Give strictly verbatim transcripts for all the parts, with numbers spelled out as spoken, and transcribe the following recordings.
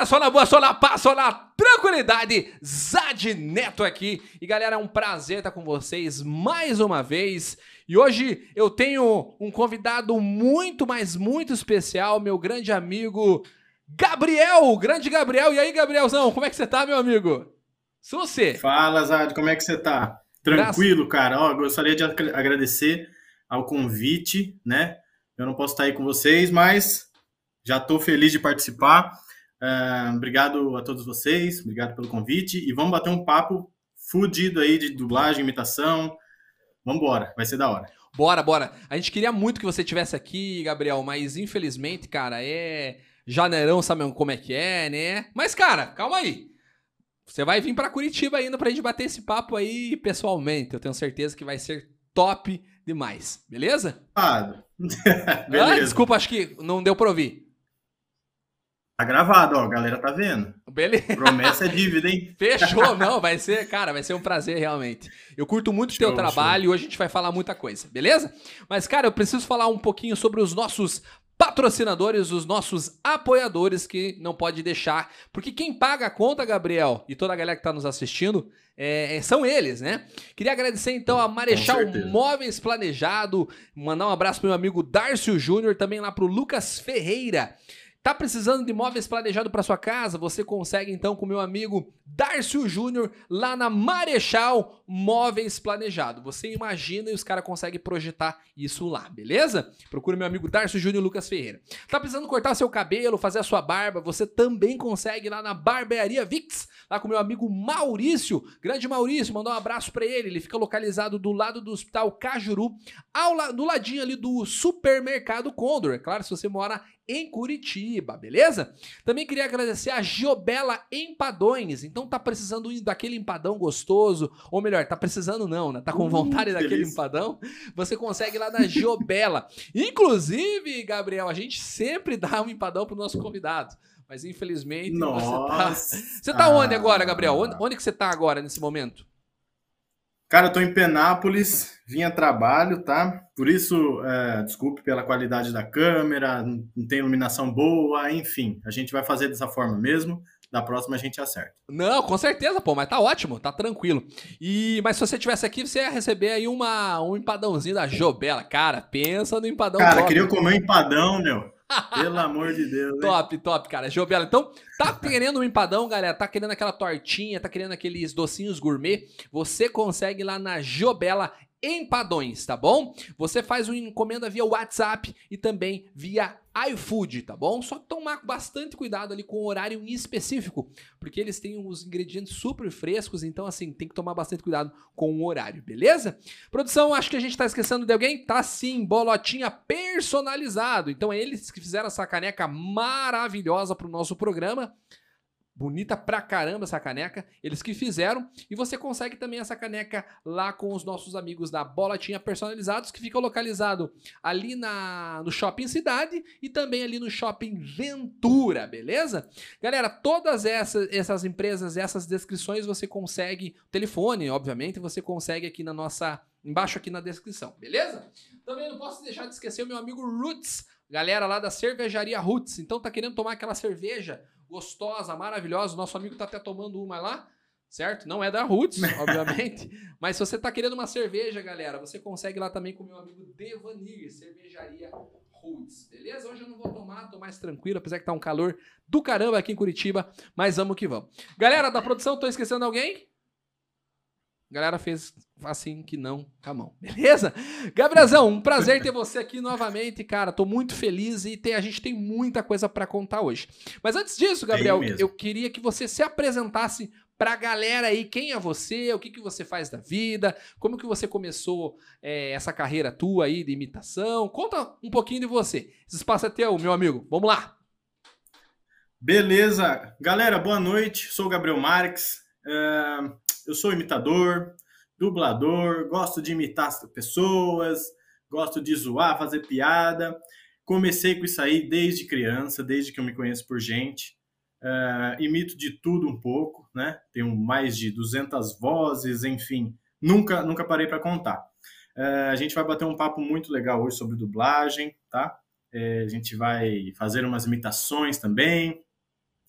Galera, só na boa, só na paz, só na tranquilidade, Zad Neto aqui. E galera, é um prazer estar com vocês mais uma vez. E hoje eu tenho um convidado muito, mas muito especial, meu grande amigo Gabriel, grande Gabriel. E aí, Gabrielzão, como é que você tá, meu amigo? Sou você. Fala, Zad, como é que você tá? Tranquilo, cara? Ó, gostaria de agradecer ao convite, né? Eu não posso estar aí com vocês, mas já estou feliz de participar. Uh, obrigado a todos vocês, obrigado pelo convite. E vamos bater um papo fudido aí de dublagem, imitação. Vamos embora, vai ser da hora. Bora, bora. A gente queria muito que você estivesse aqui, Gabriel, mas infelizmente, cara, é janeirão, sabe como é que é, né? Mas, cara, calma aí. Você vai vir pra Curitiba ainda pra gente bater esse papo aí pessoalmente. Eu tenho certeza que vai ser top demais, beleza? Ah, beleza. Ah, desculpa, acho que não deu pra ouvir. Tá gravado, ó, a galera tá vendo. Beleza. Promessa é dívida, hein? Fechou, não, vai ser, cara, vai ser um prazer realmente. Eu curto muito o teu trabalho e hoje a gente vai falar muita coisa, beleza? Mas, cara, eu preciso falar um pouquinho sobre os nossos patrocinadores, os nossos apoiadores que não pode deixar, porque quem paga a conta, Gabriel, e toda a galera que tá nos assistindo, é, são eles, né? Queria agradecer então a Marechal Móveis Planejado, mandar um abraço pro meu amigo Dárcio Júnior, também lá pro Lucas Ferreira. Tá precisando de móveis planejados para sua casa? Você consegue então com meu amigo Dárcio Júnior lá na Marechal Móveis Planejado. Você imagina e os caras conseguem projetar isso lá, beleza? Procura meu amigo Dárcio Júnior e Lucas Ferreira. Tá precisando cortar seu cabelo, fazer a sua barba? Você também consegue lá na Barbearia Vix, lá com meu amigo Maurício. Grande Maurício, mandar um abraço para ele. Ele fica localizado do lado do Hospital Cajuru, ao la do ladinho ali do Supermercado Condor. É claro, se você mora em Curitiba, beleza? Também queria agradecer a Giobela Empadões. Então tá precisando daquele empadão gostoso, ou melhor, tá precisando não, né? Tá com vontade uh, daquele feliz. empadão? Você consegue lá na Giobela. Inclusive, Gabriel, a gente sempre dá um empadão pro nosso convidado. Mas infelizmente Nossa. você tá... Você tá ah. onde agora, Gabriel? Onde, onde que você tá agora, nesse momento? Cara, eu tô em Penápolis, vim a trabalho, tá? Por isso, é, desculpe pela qualidade da câmera, não tem iluminação boa, enfim. A gente vai fazer dessa forma mesmo. Da próxima a gente acerta. Não, com certeza, pô, mas tá ótimo, tá tranquilo. E, mas se você tivesse aqui, você ia receber aí uma, um empadãozinho da Jobela. Cara, pensa no empadão Cara, top. queria comer um empadão, meu. Pelo amor de Deus. Top, hein? top, cara. Jobela, então, tá querendo um empadão, galera? Tá querendo aquela tortinha, tá querendo aqueles docinhos gourmet? Você consegue lá na Jobela Empadões, tá bom? Você faz uma encomenda via WhatsApp e também via iFood, tá bom? Só tomar bastante cuidado ali com o horário em específico, porque eles têm os ingredientes super frescos, então assim, tem que tomar bastante cuidado com o horário, beleza? Produção, acho que a gente tá esquecendo de alguém? Tá sim, Bolotinha personalizado. Então é eles que fizeram essa caneca maravilhosa pro nosso programa. Bonita pra caramba essa caneca, eles que fizeram, e você consegue também essa caneca lá com os nossos amigos da Bolotinha Personalizados, que fica localizado ali na, no Shopping Cidade e também ali no Shopping Ventura, beleza? Galera, todas essas, essas empresas, essas descrições você consegue, telefone, obviamente, você consegue aqui na nossa, embaixo aqui na descrição, beleza? Também não posso deixar de esquecer o meu amigo Roots, galera lá da Cervejaria Roots, então tá querendo tomar aquela cerveja gostosa, maravilhosa, o nosso amigo tá até tomando uma lá, certo? Não é da Roots, obviamente, mas se você tá querendo uma cerveja, galera, você consegue lá também com o meu amigo Devanir, Cervejaria Roots, beleza? Hoje eu não vou tomar, tô mais tranquilo, apesar que tá um calor do caramba aqui em Curitiba, mas vamos que vamos. Galera da produção, tô esquecendo alguém? A galera fez assim que não com a mão, beleza? Gabrielzão, um prazer ter você aqui novamente, cara. Tô muito feliz e tem, a gente tem muita coisa pra contar hoje. Mas antes disso, Gabriel, eu queria que você se apresentasse pra galera aí. Quem é você? O que, que você faz da vida? Como que você começou é, essa carreira tua aí de imitação? Conta um pouquinho de você. Esse espaço é teu, meu amigo. Vamos lá. Beleza. Galera, boa noite. Sou o Gabriel Marques. Uh... Eu sou imitador, dublador, gosto de imitar pessoas, gosto de zoar, fazer piada. Comecei com isso aí desde criança, desde que eu me conheço por gente. Uh, imito de tudo um pouco, né? Tenho mais de duzentas vozes, enfim. Nunca, nunca parei para contar. Uh, a gente vai bater um papo muito legal hoje sobre dublagem, tá? Uh, a gente vai fazer umas imitações também.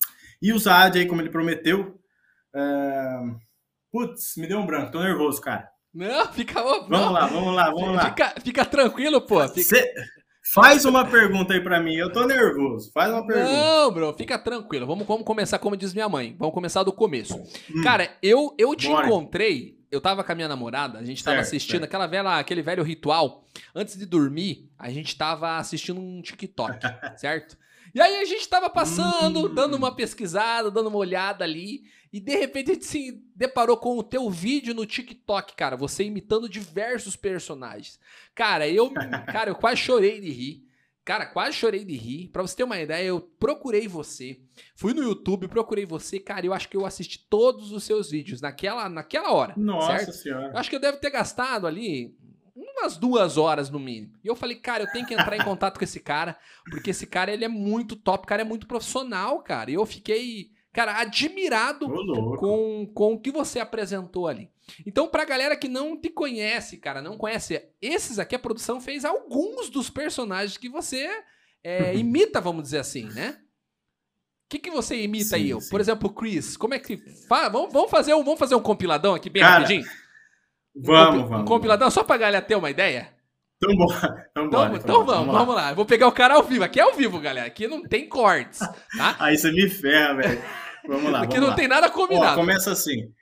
E o Saad aí, como ele prometeu... Uh... Putz, me deu um branco, tô nervoso, cara. Não, fica... Vamos não. lá, vamos lá, vamos lá. Fica, fica tranquilo, pô. Fica... Cê... Faz uma pergunta aí pra mim, eu tô nervoso. Faz uma pergunta. Não, bro, fica tranquilo. Vamos, vamos começar como diz minha mãe. Vamos começar do começo. Hum. Cara, eu, eu te Bora. encontrei, eu tava com a minha namorada, a gente tava certo, assistindo certo. Aquela velha, aquele velho ritual. Antes de dormir, a gente tava assistindo um TikTok, certo? E aí a gente tava passando, hum. dando uma pesquisada, dando uma olhada ali, e de repente a gente se deparou com o teu vídeo no TikTok, cara, você imitando diversos personagens. Cara, eu, cara, eu quase chorei de rir. Cara, quase chorei de rir. Pra você ter uma ideia, eu procurei você, fui no YouTube, procurei você, cara, eu acho que eu assisti todos os seus vídeos naquela, naquela hora. Nossa certo? Senhora. Eu acho que eu devo ter gastado ali umas duas horas no mínimo. E eu falei, cara, eu tenho que entrar em contato com esse cara, porque esse cara, ele é muito top, o cara é muito profissional, cara. E eu fiquei, cara, admirado com, com o que você apresentou ali. Então, pra galera que não te conhece, cara, não conhece, esses aqui, a produção fez alguns dos personagens que você é, imita, vamos dizer assim, né? O que, que você imita sim, aí? Sim. Por exemplo, o Chris, como é que... Fala, vamos, vamos, fazer um, vamos fazer um compiladão aqui bem cara, rapidinho? Vamos, um, vamos. Um compiladão só pra galera ter uma ideia? Então bora. Então, então, bora, então vamos, vamos lá. vamos lá. Eu vou pegar o cara ao vivo. Aqui é ao vivo, galera. Aqui não tem cortes, tá? Aí você me ferra, velho. Vamos lá, Aqui vamos não lá. tem nada combinado. Ó, começa assim.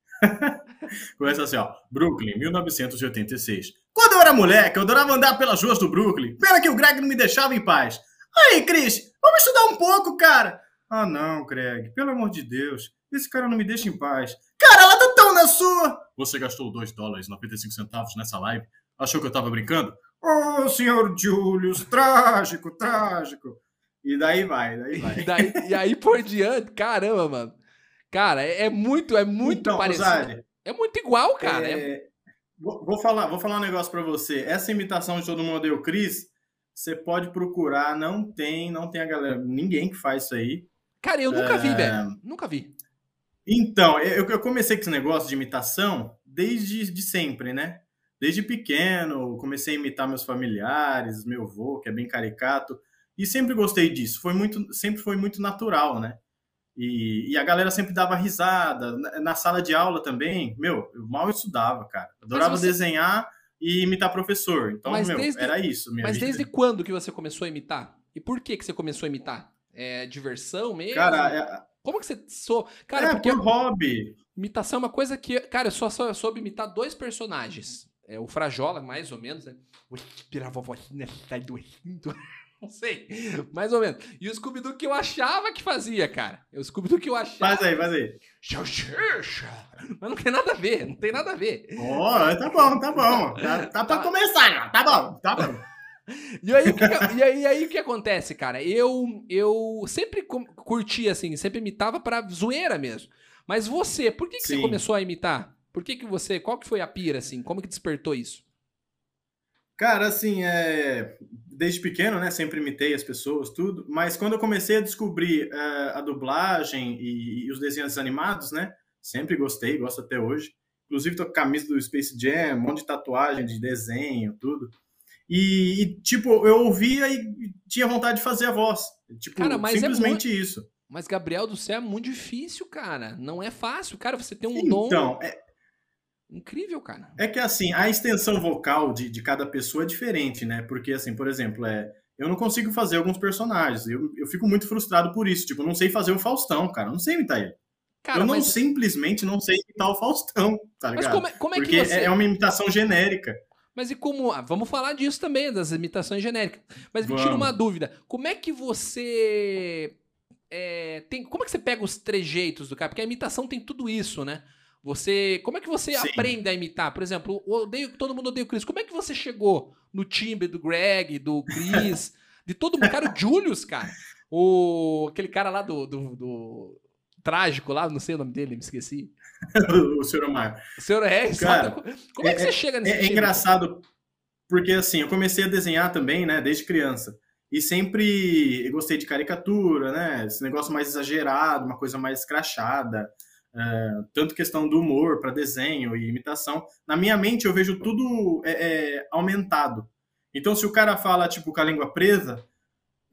Começa assim, ó. Brooklyn, mil novecentos e oitenta e seis. Quando eu era moleque, eu adorava andar pelas ruas do Brooklyn. Pena que o Greg não me deixava em paz. Aí, Chris, vamos estudar um pouco, cara. Ah, não, Greg. Pelo amor de Deus. Esse cara não me deixa em paz. Cara, ela tá tão na sua. Você gastou dois dólares e noventa e cinco centavos nessa live? Achou que eu tava brincando? Oh, senhor Julius, trágico, trágico. E daí vai, daí vai. E, daí, e aí por diante, caramba, mano. Cara, é, é muito, é muito então, parecido. Zari, é muito igual, cara. É... É... Vou, vou, falar, vou falar um negócio pra você. Essa imitação de Todo Mundo Odeia o Chris, você pode procurar, não tem, não tem a galera, ninguém que faz isso aí. Cara, eu nunca é... vi, velho. Nunca vi. Então, eu, eu comecei com esse negócio de imitação desde de sempre, né? Desde pequeno, comecei a imitar meus familiares, meu avô, que é bem caricato, e sempre gostei disso. Foi muito, sempre foi muito natural, né? E, e a galera sempre dava risada. Na, na sala de aula também, meu, eu mal estudava, cara. Adorava você... desenhar e imitar professor. Então, mas meu, desde... era isso. Minha mas vida. desde quando que você começou a imitar? E por que que você começou a imitar? É diversão mesmo? Cara, é... Como que você sou? Cara, é, porque por hobby. Imitação é uma coisa que, cara, eu só, só soube imitar dois personagens. É o Frajola, mais ou menos, né? Vou tirar a vovozinha, tá doendo. Não sei, mais ou menos. E o Scooby-Doo que eu achava que fazia, cara. O Scooby-Doo que eu achava. Faz aí, faz aí. Mas não tem nada a ver, não tem nada a ver. Oh, tá bom, tá bom. Tá, tá pra começar, tá bom, tá bom. E aí, o que, e aí, e aí o que acontece, cara? Eu, eu sempre curti, assim, sempre imitava pra zoeira mesmo. Mas você, por que, que você começou a imitar? Por que que você, qual que foi a pira, assim? Como que despertou isso? Cara, assim, é... desde pequeno, né, sempre imitei as pessoas, tudo. Mas quando eu comecei a descobrir uh, a dublagem e, e os desenhos animados, né, sempre gostei, gosto até hoje. Inclusive tô com a camisa do Space Jam, um monte de tatuagem, de desenho, tudo. E, e, tipo, eu ouvia e tinha vontade de fazer a voz. Tipo, cara, mas simplesmente é muito... isso. Mas, Gabriel do Céu, é muito difícil, cara. Não é fácil. Cara, você tem um então, dom é... incrível, cara. É que, assim, a extensão vocal de, de cada pessoa é diferente, né? Porque, assim, por exemplo, é... eu não consigo fazer alguns personagens. Eu, eu fico muito frustrado por isso. Tipo, eu não sei fazer o Faustão, cara. Eu não sei imitar ele. Cara, eu não mas... simplesmente não sei imitar o Faustão, tá ligado? Mas como é, como é Porque que você... é uma imitação genérica. Mas e como... Ah, vamos falar disso também, das imitações genéricas. Mas me vamos. tira uma dúvida. Como é que você... É, tem, como é que você pega os trejeitos do cara? Porque a imitação tem tudo isso, né? Você... Como é que você Sim. aprende a imitar? Por exemplo, odeio, todo mundo odeia o Chris. Como é que você chegou no timbre do Greg, do Chris, de todo mundo? Cara, o Julius, cara. O, aquele cara lá do... do, do trágico lá, não sei o nome dele, me esqueci. O senhor Omar. O senhor é, cara, como é, é que você chega nesse É, é engraçado, porque assim, eu comecei a desenhar também, né, desde criança. E sempre gostei de caricatura, né, esse negócio mais exagerado, uma coisa mais escrachada. É, tanto questão do humor para desenho e imitação. Na minha mente, eu vejo tudo é, é, aumentado. Então, se o cara fala, tipo, com a língua presa,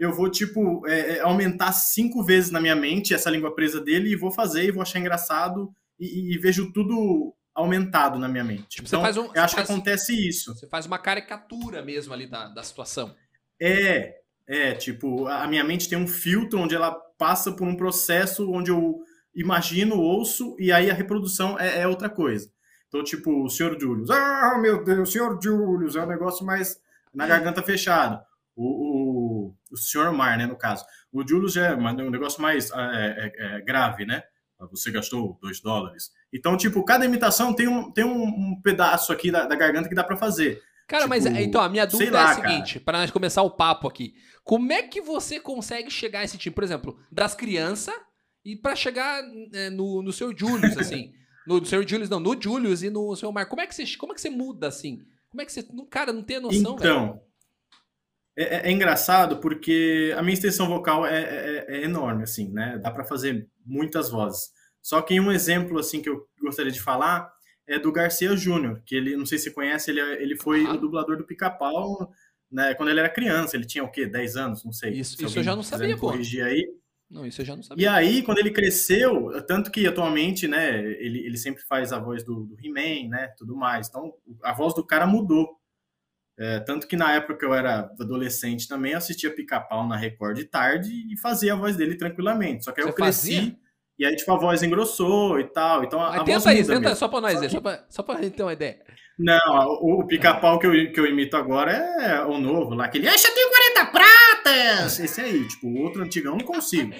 eu vou, tipo, é, é, aumentar cinco vezes na minha mente essa língua presa dele e vou fazer e vou achar engraçado e, e vejo tudo aumentado na minha mente. Tipo, você Então, faz um, eu você acho faz, que acontece isso. você faz uma caricatura mesmo ali da, da situação. É, é, tipo, a minha mente tem um filtro onde ela passa por um processo onde eu imagino, ouço, e aí a reprodução é, é outra coisa. Então, tipo, o senhor Julius, ah, meu Deus, o senhor Julius, é um negócio mais na garganta fechada. O, o, o senhor Mar, né, no caso. O Julius já é um negócio mais é, é, é, grave, né? Você gastou dois dólares. Então, tipo, cada imitação tem um, tem um, um pedaço aqui da, da garganta que dá pra fazer. Cara, tipo, mas então, a minha dúvida lá, é a seguinte, para nós começar o papo aqui. Como é que você consegue chegar a esse tipo, por exemplo, das crianças e para chegar é, no, no seu Julius, assim? No, no seu Julius, não, no Julius e no seu Mar. Como é que você, como é que você muda, assim? Como é que você... Cara, não tem noção, velho. Então, é, é, engraçado porque a minha extensão vocal é, é, é enorme, assim, né? Dá para fazer muitas vozes. Só que um exemplo, assim, que eu gostaria de falar é do Garcia Júnior, que ele, não sei se você conhece, ele, ele foi ah. o dublador do Pica-Pau, né, quando ele era criança. Ele tinha o quê? dez anos? Não sei. Isso, isso eu já não sabia, pô. Corrigir aí. Não, isso eu já não sabia. E aí, quando ele cresceu, tanto que atualmente, né, ele, ele sempre faz a voz do, do He-Man, né, tudo mais. Então, a voz do cara mudou. É, tanto que na época que eu era adolescente também, eu assistia Pica-Pau na Record de tarde e fazia a voz dele tranquilamente. Só que aí Você eu cresci... Fazia? E aí, tipo, a voz engrossou e tal. Então, Mas a tenta voz isso, tenta mesmo. só pra nós só ver, que... só, pra, só pra gente ter uma ideia. Não, o, o Pica-Pau que eu, que eu imito agora é o novo lá, aquele, ah, já tenho quarenta pratas! Esse aí, tipo, o outro antigão não consigo.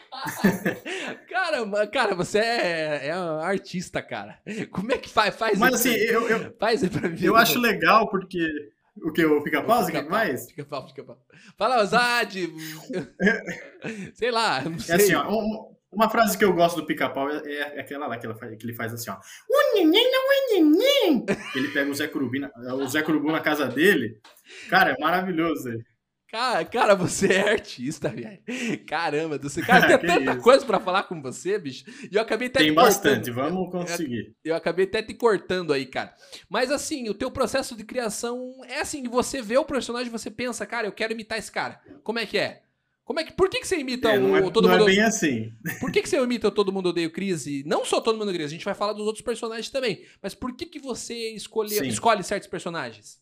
Caramba, cara, você é, é um artista, cara. Como é que faz? faz Mas assim, eu, eu, faz aí pra mim. Eu acho legal porque... O que? O Pica-Pau? Você quer mais? Pica-Pau, Pica-Pau. Fala, Osad! Sei lá, não sei. É assim, ó, um, uma frase que eu gosto do Pica-Pau é, é aquela lá que, ela faz, que ele faz assim, ó. O neném não é neném! Ele pega o Zé Curubu na, o Zé Curubu na casa dele. Cara, é maravilhoso ele. Cara, cara, você é artista, velho. Caramba, você, cara, tem tanta isso? coisa pra falar com você, bicho. E eu acabei até Tem te bastante, cortando. vamos conseguir. Eu, eu acabei até te cortando aí, cara. Mas assim, o teu processo de criação é assim, você vê o personagem e você pensa, cara, eu quero imitar esse cara. Como é que é? Como é que, por que, que você imita é, o não é, Todo não Mundo... é bem assim. Por que, que você imita o Todo Mundo Odeia o Chris? E não só Todo Mundo Odeia o Chris, a gente vai falar dos outros personagens também. Mas por que, que você escolhe, escolhe certos personagens?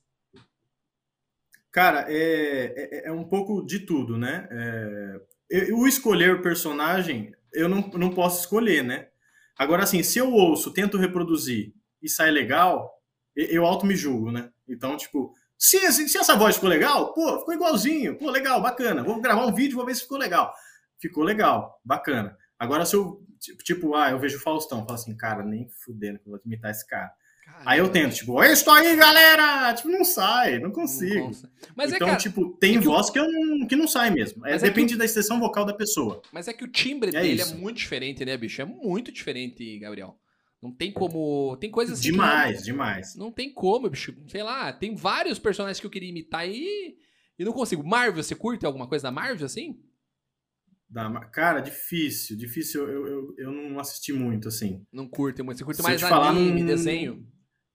Cara, é, é, é um pouco de tudo, né? É, eu, o escolher o personagem, eu não, não posso escolher, né? Agora, assim, se eu ouço, tento reproduzir e sai legal, eu auto me julgo, né? Então, tipo, se, se essa voz ficou legal, pô, ficou igualzinho, pô, legal, bacana. Vou gravar um vídeo, vou ver se ficou legal. Ficou legal, bacana. Agora, se eu, tipo, ah, eu vejo o Faustão, falo assim, cara, nem fudendo que eu vou imitar esse cara. Caramba. Aí eu tento, tipo, é isso aí, galera! Tipo, não sai, não consigo. Não Mas então, é, cara, tipo, tem é voz que, eu não, que não sai mesmo. É, depende é da extensão vocal da pessoa. Mas é que o timbre é dele isso. é muito diferente, né, bicho? É muito diferente, Gabriel. Não tem como... Tem coisas assim... Demais, não, demais. Não tem como, bicho. Sei lá, tem vários personagens que eu queria imitar e, e não consigo. Marvel, você curte alguma coisa da Marvel, assim? Da, cara, difícil, difícil. Eu, eu, eu não assisti muito, assim. Não curte muito. Você curte Se mais falar, anime, não... desenho?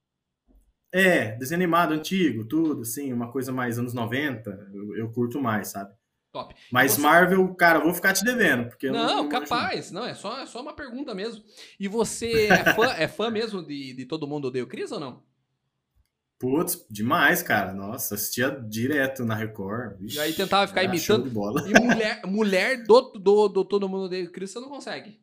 É, desenho animado, antigo, tudo, assim, uma coisa mais anos noventa, eu, eu curto mais, sabe? Top. Mas você... Marvel, cara, eu vou ficar te devendo, porque não, eu não, não capaz, não, é só, é só uma pergunta mesmo. E você é fã, é fã mesmo de, de Todo Mundo Odeia o Chris ou não? Putz, demais, cara. Nossa, assistia direto na Record. Vixe, e aí tentava ficar imitando. E mulher, mulher do, do, do Todo Mundo Odeia o Chris você não consegue.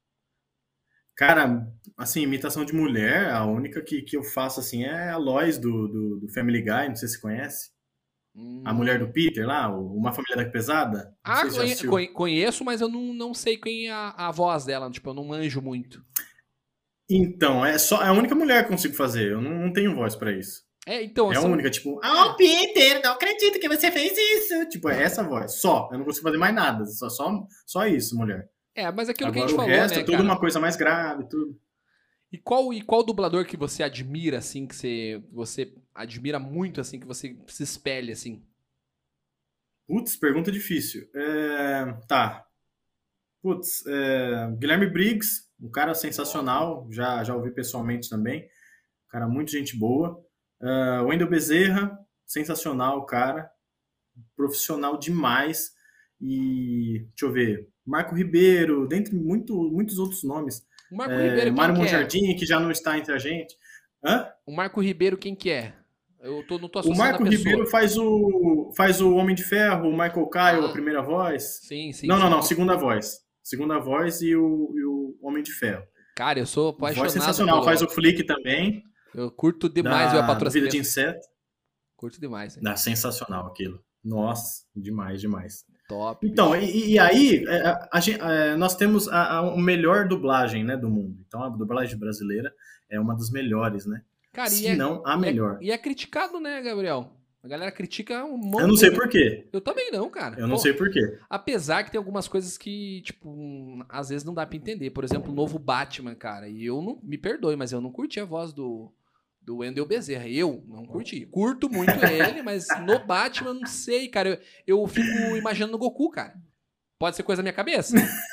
Cara, assim, imitação de mulher, a única que, que eu faço, assim, é a Lois do, do, do Family Guy, não sei se você conhece. Hum. A mulher do Peter lá, Uma Família da Pesada. Ah, conhe conheço, mas eu não, não sei quem é a, a voz dela, tipo, eu não manjo muito. Então, é, só, é a única mulher que eu consigo fazer, eu não, não tenho voz pra isso. É, então... É a são... única, tipo, ah, oh, Peter, não acredito que você fez isso. Tipo, é essa voz, só, eu não consigo fazer mais nada, só, só, só isso, mulher. É, mas aquilo Agora, que a gente o falou, resto né, é tudo cara? uma coisa mais grave, tudo. E qual, e qual dublador que você admira, assim, que você, você admira muito, assim, que você se espelha, assim? Putz, pergunta difícil. É... Tá. Putz, é... Guilherme Briggs, um cara sensacional, já, já ouvi pessoalmente também, um cara muito gente boa. Uh, Wendel Bezerra, sensacional, cara, profissional demais. e deixa eu ver, Marco Ribeiro, dentre muito, muitos outros nomes. O Marco É, Ribeiro, quem Mário que é? Monjardim, que já não está entre a gente. Hã? O Marco Ribeiro, quem que é? Eu tô, não tô O associando Marco a pessoa. Ribeiro faz o, faz o Homem de Ferro, o Michael Caio, Ah, a primeira voz. sim, sim. Não, sim. não, não, segunda voz. Segunda voz e o, e o Homem de Ferro. Cara, eu sou Voz apaixonado sensacional. pelo... Faz o Flick também, Eu curto demais ver a da, do Vida patrocínio. de Inseto. Curto demais, hein? Dá sensacional aquilo. Nossa, demais, demais. Top, Então, bicho. e, e aí, é, a- a gen- é, nós temos a, a melhor dublagem, né, do mundo. Então, a dublagem brasileira é uma das melhores, né? Cara, e Se é, não, a e é- melhor. e é criticado, né, Gabriel? A galera critica um monte. Eu não sei por quê. Eu também não, cara. Eu não Pô, sei por quê. apesar que tem algumas coisas que, tipo, hum, às vezes não dá pra entender. Por exemplo, o novo Batman, cara. E eu não. Me perdoe, mas eu não curti a voz do, do Wendel Bezerra. Eu não curti. Curto muito ele, mas no Batman, eu não sei, cara. Eu, eu fico imaginando o Goku, cara. Pode ser coisa da minha cabeça.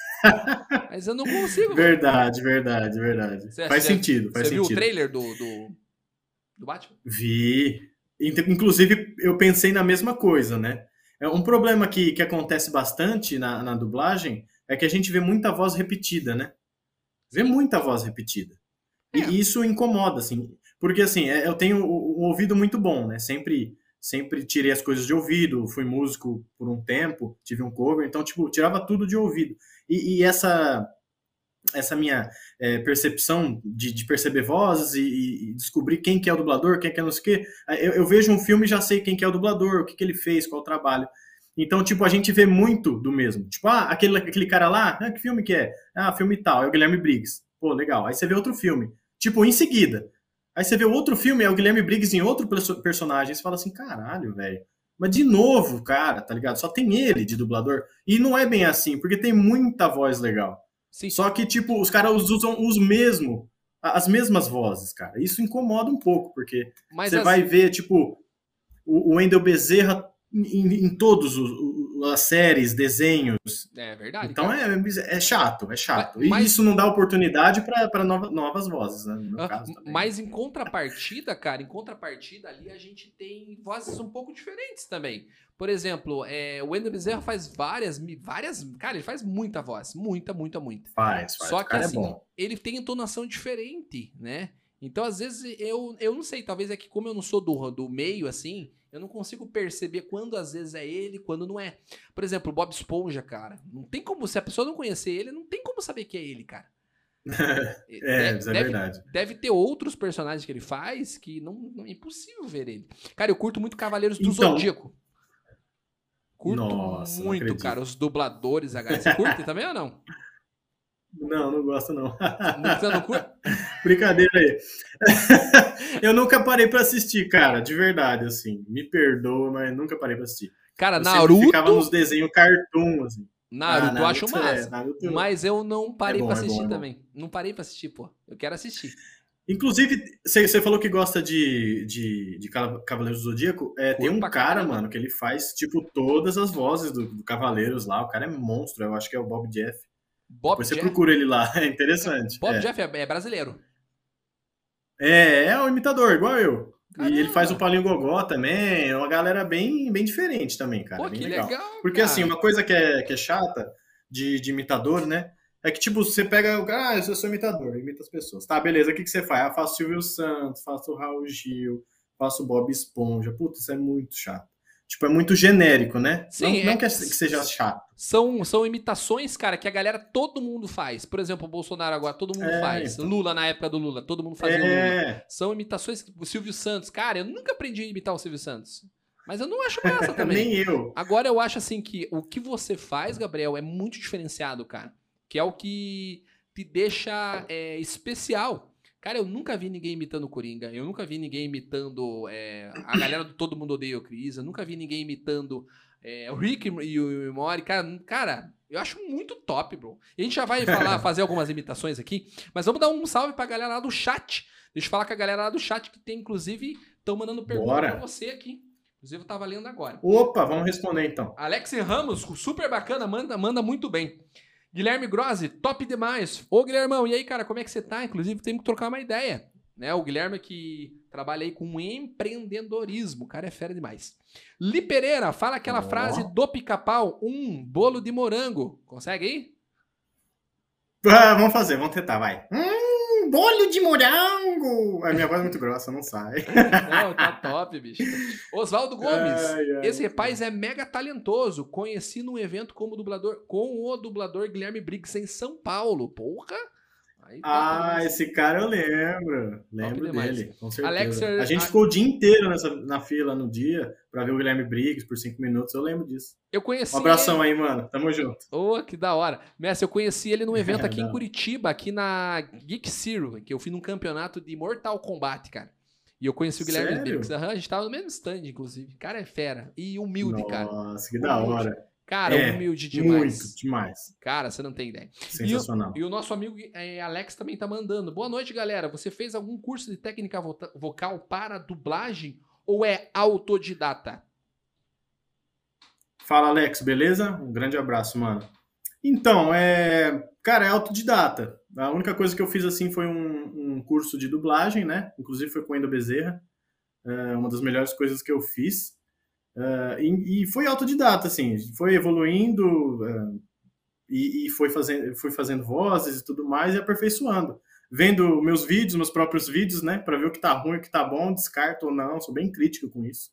Mas eu não consigo. Verdade, verdade, verdade. Você- Faz você- sentido, faz Você viu o sentido. trailer do, do, do Batman? Vi. Int- Inclusive, eu pensei na mesma coisa, né? É um problema que, que acontece bastante na, na dublagem é que a gente vê muita voz repetida, né? Vê muita voz repetida. E É. isso incomoda, assim. Porque, assim, é- eu tenho o, o ouvido muito bom, né? Sempre, sempre tirei as coisas de ouvido, fui músico por um tempo, tive um cover, então, tipo, tirava tudo de ouvido. E, e essa, essa minha é, percepção de, de perceber vozes e, e descobrir quem que é o dublador, quem que é não sei o quê, eu, eu vejo um filme e já sei quem que é o dublador, o que, que ele fez, qual o trabalho. Então, tipo, a gente vê muito do mesmo. Tipo, ah, aquele, aquele cara lá, ah, que filme que é? Ah, filme tal, é o Guilherme Briggs. Pô, legal. Aí você vê outro filme. Tipo, em seguida. Aí você vê outro filme, é o Guilherme Briggs em outro perso- personagem. Você fala assim, caralho, velho. Mas de novo, cara, tá ligado? Só tem ele de dublador. E não é bem assim, porque tem muita voz legal. Sim. Só que, tipo, os caras usam os mesmos, as mesmas vozes, cara. Isso incomoda um pouco, porque Mas você as- vai ver, tipo, o, o Wendel Bezerra em, em todas as séries, desenhos. É verdade. Então cara. é, é chato, é chato. Mas- E isso não dá oportunidade para nova, novas vozes, né? No meu Ah, caso também. Mas em contrapartida, cara, em contrapartida ali a gente tem vozes um pouco diferentes também. Por exemplo, é, o Wendel Bezerra faz várias, várias. Cara, ele faz muita voz. Muita, muita, muita. Faz, faz. Só o que cara assim, é bom. ele tem entonação diferente, né? Então, às vezes, eu, eu não sei, talvez é que como eu não sou do, do meio, assim, eu não consigo perceber quando às vezes é ele, quando não é. Por exemplo, o Bob Esponja, cara. Não tem como, se a pessoa não conhecer ele, não tem como saber que é ele, cara. É, Deve- isso é deve- verdade. Deve ter outros personagens que ele faz que não, não é impossível ver ele. Cara, eu curto muito Cavaleiros do Então- Zodíaco. Curto Nossa, não muito, acredito. cara, os dubladores, H. Você curte também ou não? Não, não gosto não. Você não curte? Brincadeira aí. Eu nunca parei pra assistir, cara, de verdade, assim. Me perdoa, mas nunca parei pra assistir. Cara, Eu sempre Naruto. ficava nos desenhos cartoon, assim. Naruto, Ah, eu acho Naruto é- massa. Naruto- Mas eu não parei É bom, pra é bom, assistir é bom. também. Não parei pra assistir, pô. Eu quero assistir. Inclusive, você você falou que gosta de, de, de Cava- Cavaleiros do Zodíaco. É, tem Curto um pra cara, caramba. mano, que ele faz, tipo, todas as vozes do, do Cavaleiros lá. O cara é monstro, eu acho que é o Bob Jeff. Bob Depois você Jeff. procura ele lá, é interessante. Bob é. Jeff é, é brasileiro. É, é um imitador, igual eu. Caramba. E ele faz o Paulinho Gogó também. É uma galera bem, bem diferente também, cara. Pô, bem que legal. legal. Porque, cara. assim, uma coisa que é, que é chata de, de imitador, né? É que, tipo, você pega o cara, ah, eu sou imitador, imita as pessoas. Tá, beleza, o que, que você faz? Ah, faço Silvio Santos, faço o Raul Gil, faço Bob Esponja. Putz, isso é muito chato. Tipo, é muito genérico, né? Sim, não, é- não que, que seja chato. São, são imitações, cara, que a galera, todo mundo faz. Por exemplo, o Bolsonaro agora, todo mundo É, faz. então. Lula, na época do Lula, todo mundo fazia o Lula. É, São imitações. O Silvio Santos, cara, eu nunca aprendi a imitar o Silvio Santos. Mas eu não acho massa também. nem eu. Agora eu acho assim que o que você faz, Gabriel, é muito diferenciado, cara. Que é o que te deixa é, especial. Cara, eu nunca vi ninguém imitando o Coringa. Eu nunca vi ninguém imitando é, a galera do Todo Mundo Odeia o Chris. Eu nunca vi ninguém imitando é, o Rick e o Morty. Cara, cara, eu acho muito top, bro. E a gente já vai falar, fazer algumas imitações aqui. Mas vamos dar um salve pra galera lá do chat. Deixa eu falar com a galera lá do chat que tem, inclusive, estão mandando pergunta Bora. pra você aqui. Inclusive, eu tava lendo agora. Opa, vamos responder então. Alex Ramos, super bacana, manda, manda muito bem. Guilherme Grossi, top demais. Ô, Guilhermão, e aí, cara, como é que você tá? Inclusive, temos que trocar uma ideia. né? O Guilherme que trabalha aí com empreendedorismo. O cara é fera demais. Li Pereira, fala aquela Ó. frase do pica-pau. Um bolo de morango. Consegue aí? Ah, vamos fazer, vamos tentar, vai. Hum, bolho de morango! A minha voz é muito grossa, não sai. Não, tá top, bicho. Oswaldo Gomes. Ai, ai, Esse rapaz é mega talentoso. Conheci num evento como dublador, com o dublador Guilherme Briggs em São Paulo. Porra! Aí top Ah, demais. esse cara eu lembro. Lembro demais. dele, com certeza. Alexer- A gente a- ficou o dia inteiro nessa, na fila no dia pra ver o Guilherme Briggs por cinco minutos, eu lembro disso. Eu conheci Um abração ele... aí, mano. Tamo junto. Oh, que da hora. Mestre, eu conheci ele num evento aqui em Não. Curitiba, aqui na Geek Zero, que eu fui num campeonato de Mortal Kombat, cara. E eu conheci o Guilherme Sério? Briggs. Aham, a gente tava no mesmo stand, inclusive. Cara, é fera. E humilde, cara. Nossa, que da Humilde. hora. Cara, É, humilde demais. Muito, demais. Cara, você não tem ideia. Sensacional. E o, e o nosso amigo é, Alex também tá mandando. Boa noite, galera. Você fez algum curso de técnica vo- vocal para dublagem ou é autodidata? Fala, Alex, beleza? Um grande abraço, mano. Então, é... cara, é autodidata. A única coisa que eu fiz, assim, foi um, um curso de dublagem, né? Inclusive foi com o Endo Bezerra. É uma das melhores coisas que eu fiz. Uh, e, e foi autodidata, assim, foi evoluindo uh, e, e foi, fazendo, foi fazendo vozes e tudo mais e aperfeiçoando. Vendo meus vídeos, meus próprios vídeos, né, para ver o que tá ruim, o que tá bom, descarto ou não, sou bem crítico com isso.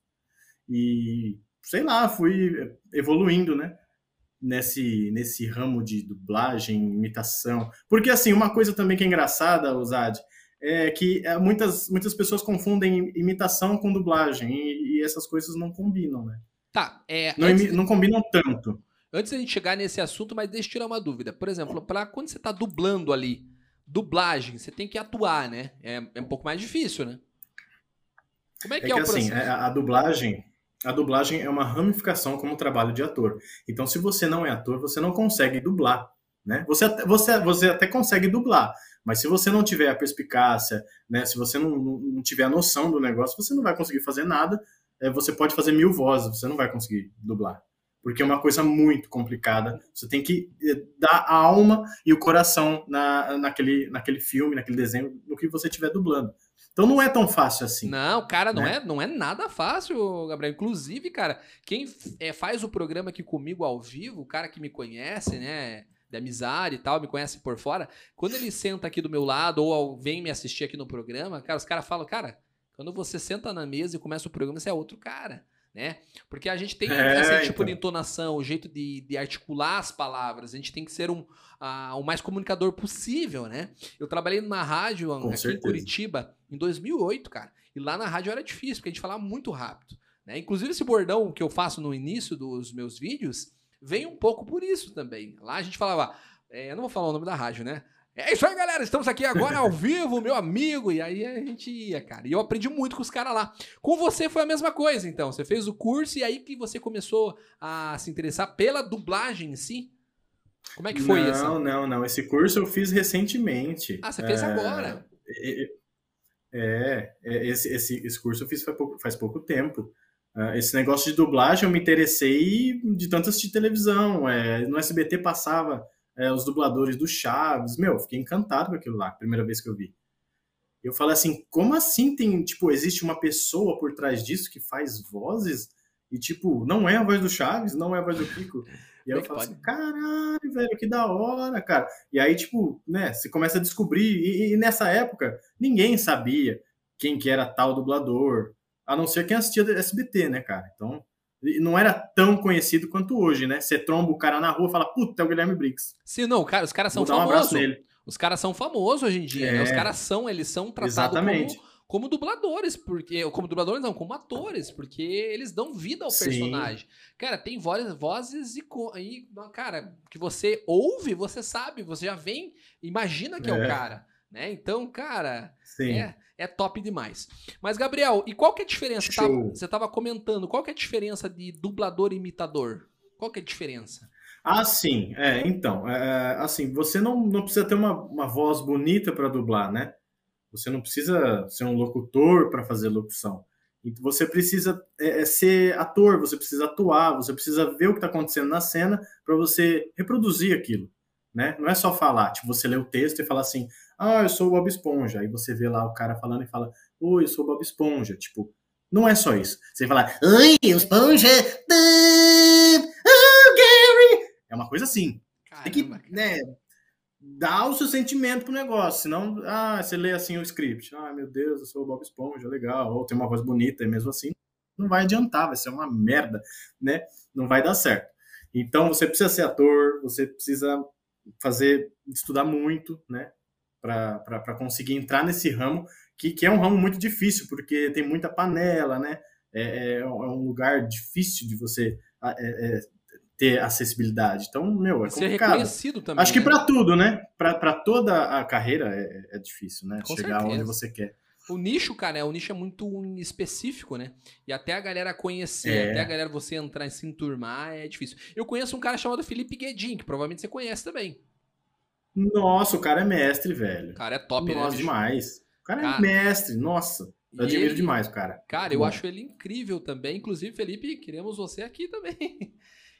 E, sei lá, fui evoluindo, né, nesse, nesse ramo de dublagem, imitação. Porque, assim, uma coisa também que é engraçada, Osad, é que muitas, muitas pessoas confundem imitação com dublagem e, e essas coisas não combinam, né? Tá, é... Não, antes, imi- não combinam tanto. antes da gente chegar nesse assunto, mas deixa eu tirar uma dúvida. Por exemplo, pra quando você tá dublando ali, dublagem, você tem que atuar, né? É, é um pouco mais difícil, né? Como é que É é, que o processo? assim, a, a dublagem, a dublagem é uma ramificação como trabalho de ator. Então, se você não é ator, você não consegue dublar, né? Você, até- você, você até consegue dublar, mas se você não tiver a perspicácia, né? Se você não, não não tiver a noção do negócio, você não vai conseguir fazer nada. É, você pode fazer mil vozes, você não vai conseguir dublar. Porque é uma coisa muito complicada. Você tem que eh, dar a alma e o coração na, naquele, naquele filme, naquele desenho, no que você estiver dublando. Então não é tão fácil assim. Não, cara, não, né? é, não é nada fácil, Gabriel. Inclusive, cara, quem é, faz o programa aqui comigo ao vivo, o cara que me conhece, né, de amizade e tal, me conhece por fora, quando ele senta aqui do meu lado ou vem me assistir aqui no programa, cara, os caras falam, cara, quando você senta na mesa e começa o programa, você é outro cara, né? Porque a gente tem É, esse tipo então. de entonação, o jeito de, de articular as palavras, a gente tem que ser um, ah, o mais comunicador possível, né? Eu trabalhei numa rádio Com aqui em certeza. Curitiba em dois mil e oito, cara. E lá na rádio era difícil, porque a gente falava muito rápido, né? Inclusive esse bordão que eu faço no início dos meus vídeos vem um pouco por isso também. Lá a gente falava, é, eu não vou falar o nome da rádio, né? É isso aí, galera, estamos aqui agora ao vivo, meu amigo. E aí a gente ia, cara. E eu aprendi muito com os caras lá. Com você foi a mesma coisa, então. Você fez o curso e aí que você começou a se interessar pela dublagem em si? Como é que foi não, essa? Não, não, não. Esse curso eu fiz recentemente. Ah, você fez É, agora. É, é, esse, esse, esse curso eu fiz faz pouco, faz pouco tempo. Uh, esse negócio de dublagem eu me interessei de tanto assistir televisão. É, no S B T passava é, os dubladores do Chaves. Meu, fiquei encantado com aquilo lá, primeira vez que eu vi. Eu falei assim, como assim tem, tipo, existe uma pessoa por trás disso que faz vozes? E, tipo, não é a voz do Chaves, não é a voz do Kiko. E aí Como é eu que falo pode? assim, caralho, velho, que da hora, cara. E aí, tipo, né, você começa a descobrir. E, e nessa época, ninguém sabia quem que era tal dublador, a não ser quem assistia S B T, né, cara? Então, e não era tão conhecido quanto hoje, né? Você tromba o cara na rua e fala, puta, é o Guilherme Briggs. Sim, não, cara, os caras são Vou dar um abraço famosos. nele. Os caras são famosos hoje em dia, né? Os É, caras são, eles são tratados exatamente. como, como dubladores, porque. Como dubladores, não, como atores, porque eles dão vida ao Sim. personagem. Cara, tem vozes, vozes e, co- e, cara, que você ouve, você sabe, você já vem, imagina que é, o É. cara, né? Então, cara, Sim. é, é top demais. Mas, Gabriel, e qual que é a diferença? Você Show. tava- Você tava comentando, qual que é a diferença de dublador e imitador? Qual que é a diferença? Ah, sim. É, então, é, assim, você não, não precisa ter uma, uma voz bonita para dublar, né? Você não precisa ser um locutor para fazer locução. E você precisa é, é, ser ator, você precisa atuar, você precisa ver o que está acontecendo na cena para você reproduzir aquilo. né? Não é só falar, tipo, você lê o texto e fala assim, ah, eu sou o Bob Esponja. Aí você vê lá o cara falando e fala, oi, eu sou o Bob Esponja. Tipo, não é só isso. Você fala, oi, Esponja, oh, Gary. É uma coisa assim. Caramba, tem que, cara. né, dar o seu sentimento pro negócio. Senão, ah, você lê assim o script. Ah, meu Deus, eu sou o Bob Esponja, legal. Ou tem uma voz bonita e mesmo assim não vai adiantar, vai ser uma merda, né? Não vai dar certo. Então, você precisa ser ator, você precisa fazer, estudar muito, né? Para conseguir entrar nesse ramo, que, que é um ramo muito difícil, porque tem muita panela, né? É, é um lugar difícil de você é, é, ter acessibilidade. Então, meu, é Ser complicado. reconhecido também, Acho que né? para tudo, né? Para toda a carreira é, é difícil, né? Com chegar certeza. onde você quer. O nicho, cara, é, o nicho é muito específico, né? E até a galera conhecer, É. até a galera você entrar e se enturmar é difícil. Eu conheço um cara chamado Felipe Guedin, que provavelmente você conhece também. Nossa, o cara é mestre, velho. O cara é top, Nossa, né, bicho? demais. O cara, Cara, é mestre, nossa. Eu admiro ele, demais o cara. Cara, Muito eu bom. acho ele incrível também. Inclusive, Felipe, queremos você aqui também.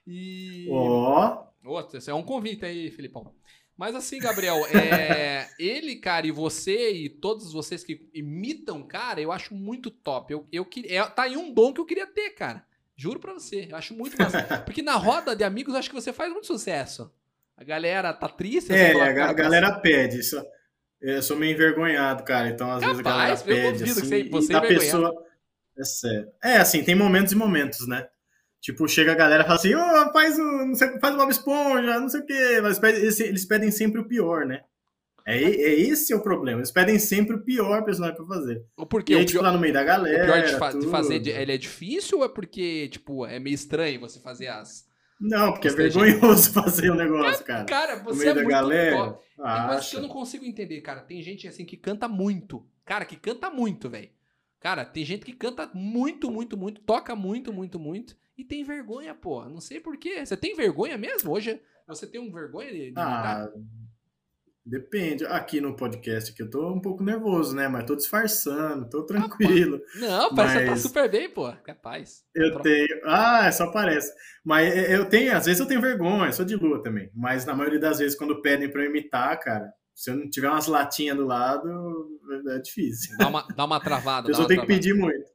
E. Ó. Outro, esse é um convite aí, Felipão. Mas assim, Gabriel, é, ele, cara, e você e todos vocês que imitam, cara, eu acho muito top. Eu, eu, é, tá aí um dom que eu queria ter, cara. Juro pra você. Eu acho muito massa. Porque na roda de amigos, eu acho que você faz muito sucesso. A galera tá triste. É, coloca a, o cara a pra galera cima. pede. Isso, eu sou meio envergonhado, cara. Então, às vezes, a galera Capaz, eu pede, duvido que assim, você, você e é a envergonhado. pessoa... É sério. É, assim, tem momentos e momentos, né? Tipo, chega a galera e fala assim, ô, oh, faz o, não sei, faz o Bob Esponja, não sei o quê. Mas eles, eles pedem sempre o pior, né? É, é esse é o problema. Eles pedem sempre o pior personagem pra fazer. Porque E aí, o tipo, pior, lá no meio da galera, o pior de, fa tudo. de fazer, de, ele é difícil ou é porque, tipo, é meio estranho você fazer as... Não, porque é os trejeitos? vergonhoso fazer o um negócio, cara. Cara, No você meio é da muito galera, top. Tem coisas que eu acha. não consigo entender, cara. Tem gente, assim, que canta muito. Cara, que canta muito, velho. Cara, tem gente que canta muito, muito, muito, toca muito, muito, muito, e tem vergonha, pô. Não sei por quê. Você tem vergonha mesmo? Hoje você tem um vergonha de, de imitar? Ah, depende. Aqui no podcast aqui eu tô um pouco nervoso, né? Mas tô disfarçando, tô tranquilo. Não, parece que você tá Mas super bem, pô. Capaz. eu tenho. Ah, só parece. Mas eu tenho, às vezes eu tenho vergonha, sou de lua também. Mas na maioria das vezes, quando pedem pra eu imitar, cara, se eu não tiver umas latinhas do lado, é difícil. Dá uma, dá uma travada. A pessoa tem que travada. pedir muito.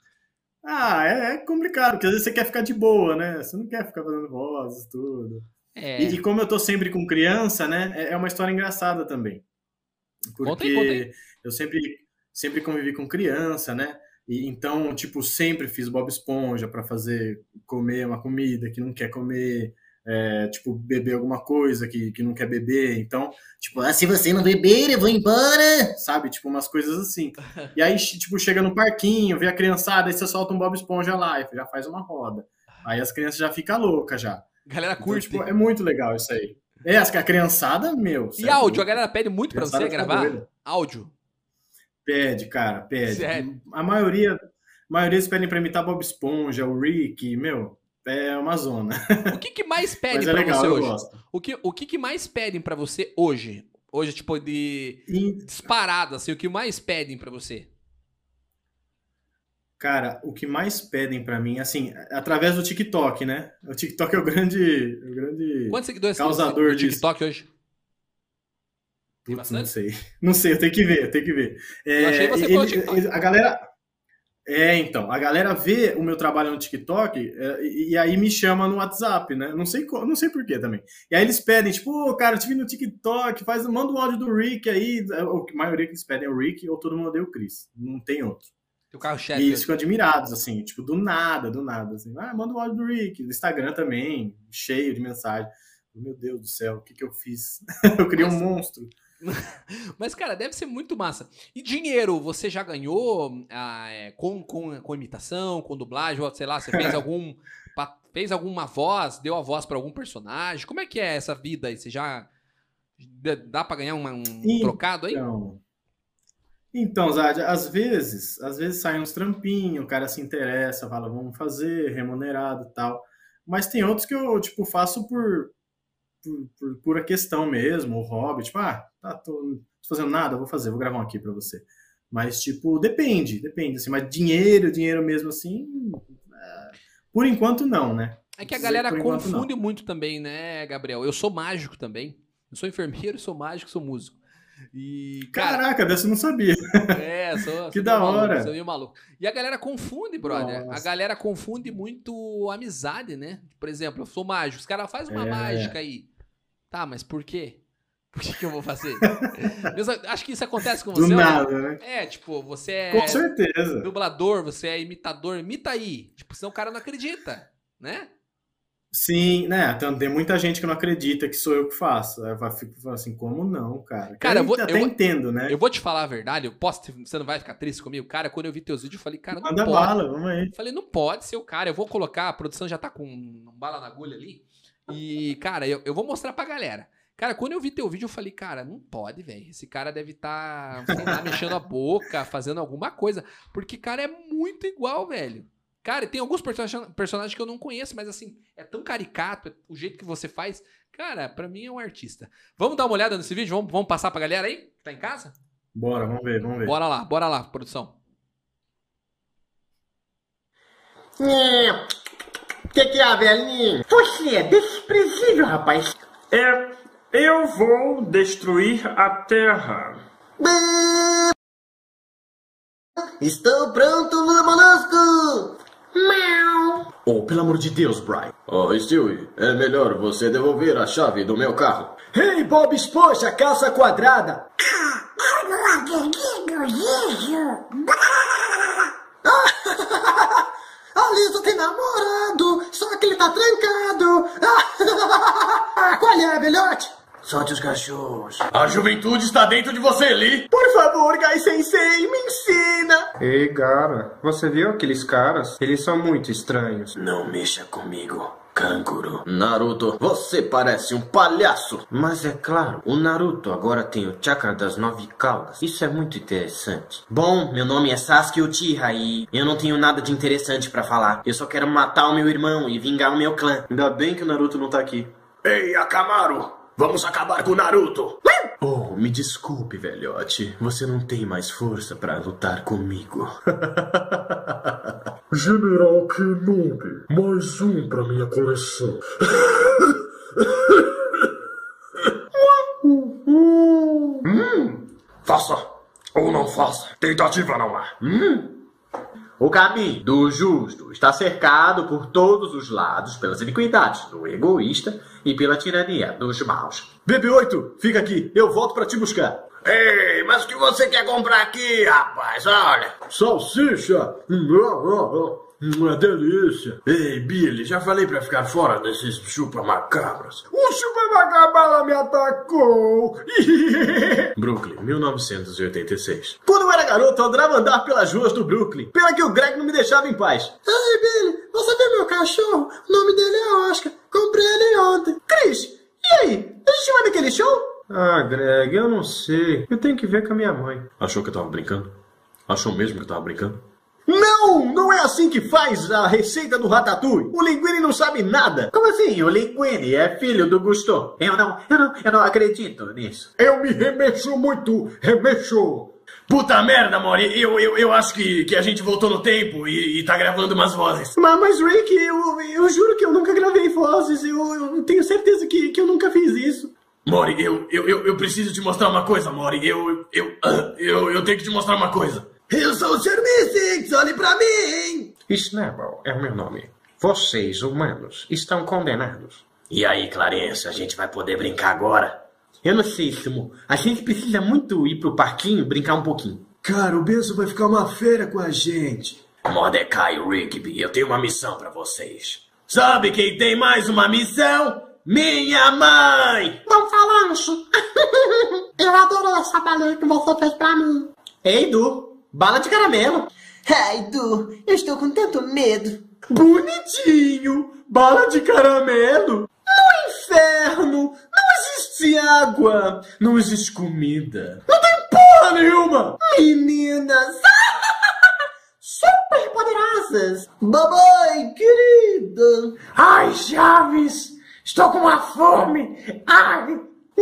Ah, é, é complicado, porque às vezes você quer ficar de boa, né? Você não quer ficar fazendo vozes, tudo. É. E, e como eu tô sempre com criança, né? É, é uma história engraçada também. Porque Conta aí, conta aí. eu sempre, sempre convivi com criança, né? E então, tipo, sempre fiz Bob Esponja para fazer comer uma comida que não quer comer, é, tipo, beber alguma coisa que, que não quer beber. Então, tipo, ah, se você não beber, eu vou embora, sabe? Tipo, umas coisas assim. E aí, tipo, chega no parquinho, vê a criançada, aí você solta um Bob Esponja lá e já faz uma roda. Aí as crianças já ficam loucas já. Galera Então, curte. tipo, é muito legal isso aí. É, as que a criançada, meu. E áudio, a galera pede muito pra Criançada você fica gravar? doida. Áudio. Pede, cara, pede. Sério? A maioria, a maioria eles pedem pra imitar Bob Esponja, o Rick, meu, é uma zona. O que, que mais pedem Mas é pra legal, você eu hoje? gosto. O que, o que, que mais pedem pra você hoje? Hoje, tipo, de E, disparado, assim, o que mais pedem pra você? cara, o que mais pedem pra mim, assim, através do TikTok, né? O TikTok é o grande, o grande Quantos seguidores causador tem no disso. TikTok hoje? Tem Putz, não bastante? sei. Não sei, eu tenho que ver, eu tenho que ver. É, Eu achei você ele- pelo TikTok. ele- a galera. É, então, a galera vê o meu trabalho no TikTok é, e, e aí me chama no WhatsApp, né? Não sei, co- não sei por quê também. E aí eles pedem, tipo, ô, cara, eu te vi no TikTok, faz, manda um áudio do Rick aí. A maioria que eles pedem é o Rick ou todo mundo odeia o Chris. Não tem outro. Teu carro-chefe E eles hoje. ficam admirados, assim, tipo, do nada, do nada. Assim, ah, manda um áudio do Rick. No Instagram também, cheio de mensagem. Meu Deus do céu, o que, que eu fiz? Eu criei Mas- um monstro. Mas, cara, deve ser muito massa. E dinheiro, você já ganhou ah, é, com, com, com imitação, com dublagem, ou sei lá, você fez algum. pa- fez alguma voz, deu a voz pra algum personagem? Como é que é essa vida aí? Você já. d- Dá pra ganhar uma- um trocado aí? Então, então, Zad, às vezes, às vezes saem uns trampinhos, o cara se interessa, fala, vamos fazer, remunerado e tal. Mas tem outros que eu, tipo, faço por, por, por pura questão mesmo, o hobby, tipo, ah, tá, tô, não tô fazendo nada, vou fazer, vou gravar um aqui pra você. Mas, tipo, depende, depende, assim, mas dinheiro, dinheiro mesmo, assim, é, por enquanto não, né? É que a Dizer galera por enquanto, não. confunde muito também, né, Gabriel? Eu sou mágico também. Eu sou enfermeiro, sou mágico, sou músico. E, cara, Caraca, dessa eu não sabia. é, sou, Que sou da meio maluco, hora. sou meio maluco. E a galera confunde, brother. Nossa. A galera confunde muito amizade, né? Por exemplo, eu sou mágico. Os caras fazem uma É. mágica aí. Tá, mas por quê? Por que, que eu vou fazer? Mesmo- acho que isso acontece com Do você. nada, né? É, tipo, você é Com certeza. dublador, você é imitador, imita aí. Tipo, senão o cara não acredita, né? Sim, né? Então, tem muita gente que não acredita que sou eu que faço. Aí eu fico falando assim, como não, cara? Cara, eu vou- até eu vou- entendo, né? Eu vou te falar a verdade, eu posso, te- você não vai ficar triste comigo? Cara, quando eu vi teus vídeos, eu falei, cara, não Manda pode. bala, vamos aí. Eu falei, não pode ser o cara, eu vou colocar, a produção já tá com um bala na agulha ali. E, cara, eu, eu vou mostrar pra galera. Cara, quando eu vi teu vídeo, eu falei, cara, não pode, velho. Esse cara deve estar, tá, sei lá, mexendo a boca, fazendo alguma coisa. Porque, cara, é muito igual, velho. Cara, tem alguns person- personagens que eu não conheço, mas assim, é tão caricato, é o jeito que você faz. Cara, pra mim é um artista. Vamos dar uma olhada nesse vídeo? Vamos, vamos passar pra galera aí? Que tá em casa? Bora, vamos ver, vamos ver. Bora lá, bora lá, produção. O que, que é, velhinho? Você é desprezível, rapaz. É, eu vou destruir a Terra. Estou pronto, Lula Molusco. Mau. Oh, pelo amor de Deus, Brian. Oh, Stewie, é melhor você devolver a chave do meu carro. Hey, Bob Esponja, calça quadrada. A Lisa tem namorado, só que ele tá trancado. Qual é, velhote? Solte os cachorros. A juventude está dentro de você, Lee. Por favor, Gai Sensei, me ensina. Ei, Gara, você viu aqueles caras? Eles são muito estranhos. Não mexa comigo, canguru. Naruto, você parece um palhaço. Mas é claro, o Naruto agora tem o chakra das nove caudas. Isso é muito interessante. Bom, meu nome é Sasuke Uchiha e eu não tenho nada de interessante pra falar. Eu só quero matar o meu irmão e vingar o meu clã. Ainda bem que o Naruto não tá aqui. Ei, Akamaru, vamos acabar com o Naruto. Oh, me desculpe, velhote. Você não tem mais força pra lutar comigo. General Kenobi, mais um pra minha coleção. Hum, faça ou não faça. Tentativa não há. O caminho do justo está cercado por todos os lados pelas iniquidades do egoísta e pela tirania dos maus. B B oito, fica aqui. Eu volto pra te buscar. Ei, mas o que você quer comprar aqui, rapaz? Olha. Salsicha! Uma delícia! Ei, Billy, já falei pra ficar fora desses chupa-macabras. O chupa-macabala me atacou! Brooklyn, mil novecentos e oitenta e seis. Quando eu era garoto, eu adorava andar pelas ruas do Brooklyn. Pena que o Greg não me deixava em paz. Ei, Billy, você viu meu cachorro? O nome dele é Oscar. Comprei ele ontem. Chris, e aí? A gente vai naquele show? Ah, Greg, eu não sei. Eu tenho que ver com a minha mãe. Achou que eu tava brincando? Achou mesmo que eu tava brincando? Não, não é assim que faz a receita do Ratatouille. O Linguini não sabe nada. Como assim? O Linguini é filho do Gusteau. Eu não, eu não, eu não acredito nisso. Eu me remexo muito, remexo. Puta merda, Mori, eu, eu, eu acho que, que a gente voltou no tempo e, e tá gravando umas vozes. Mas, mas Rick, eu, eu juro que eu nunca gravei vozes. Eu, eu tenho certeza que, que eu nunca fiz isso. Mori, eu, eu, eu, eu preciso te mostrar uma coisa, Mori. Eu, eu, eu, eu tenho que te mostrar uma coisa. Eu sou o senhor Mystics, olhe pra mim! Snapple é o meu nome. Vocês, humanos, estão condenados. E aí, Clarence, a gente vai poder brincar agora? Eu não sei, Sumo. A gente precisa muito ir pro parquinho brincar um pouquinho. Cara, o Benção vai ficar uma feira com a gente. Mordecai e Rigby, eu tenho uma missão pra vocês. Sabe quem tem mais uma missão? Minha mãe! Não fala isso. Eu adoro essa baleia que você fez pra mim. Ei, Du, bala de caramelo. Ai, Du, eu estou com tanto medo. Bonitinho! Bala de caramelo! No inferno! Não existe água! Não existe comida! Não tem porra nenhuma! Meninas! Super poderosas! Babai, querido! Ai, Chaves! Estou com uma fome! Ai!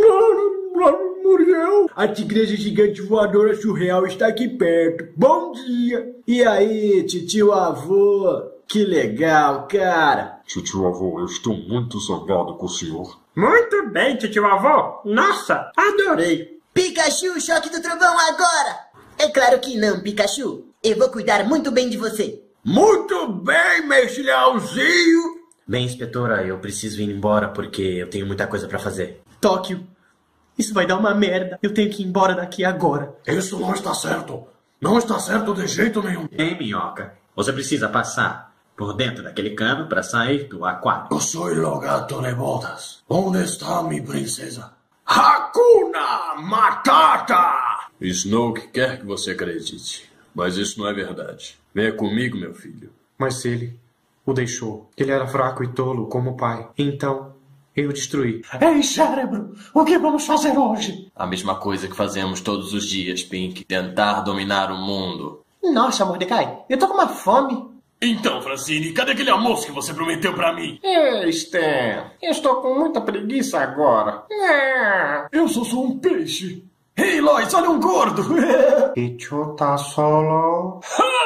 Muriel! A tigreja gigante voadora surreal está aqui perto. Bom dia! E aí, titio avô? Que legal, cara! Titio avô, eu estou muito zangado com o senhor. Muito bem, tio avô. Nossa, adorei. Pikachu, choque do trovão agora! É claro que não, Pikachu. Eu vou cuidar muito bem de você. Muito bem, mexilhãozinho. Bem, inspetora, eu preciso ir embora porque eu tenho muita coisa pra fazer. Tóquio, isso vai dar uma merda. Eu tenho que ir embora daqui agora. Isso não está certo. Não está certo de jeito nenhum. Ei, minhoca, você precisa passar por dentro daquele cano pra sair do aquário. Eu sou o gato de botas. Onde está minha princesa? Hakuna Matata! Snoke quer que você acredite, mas isso não é verdade. Venha comigo, meu filho. Mas ele o deixou. Ele era fraco e tolo como o pai. Então, eu destruí. Ei, cérebro, o que vamos fazer hoje? A mesma coisa que fazemos todos os dias, Pink. Tentar dominar o mundo. Nossa, Mordecai, eu tô com uma fome. Então, Francine, cadê aquele almoço que você prometeu pra mim? Ei, Stan, eu estou com muita preguiça agora. Eu sou só um peixe. Ei, Lois, olha um gordo! Icho tá solo.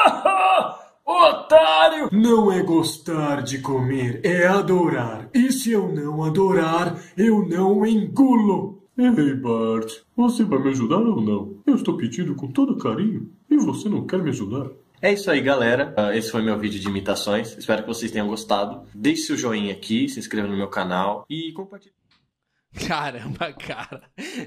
Otário! Não é gostar de comer, é adorar. E se eu não adorar, eu não engulo. Ei, Bart, você vai me ajudar ou não? Eu estou pedindo com todo carinho e você não quer me ajudar. É isso aí, galera. Uh, esse foi meu vídeo de imitações. Espero que vocês tenham gostado. Deixe seu joinha aqui, se inscreva no meu canal e compartilhe. Caramba, cara.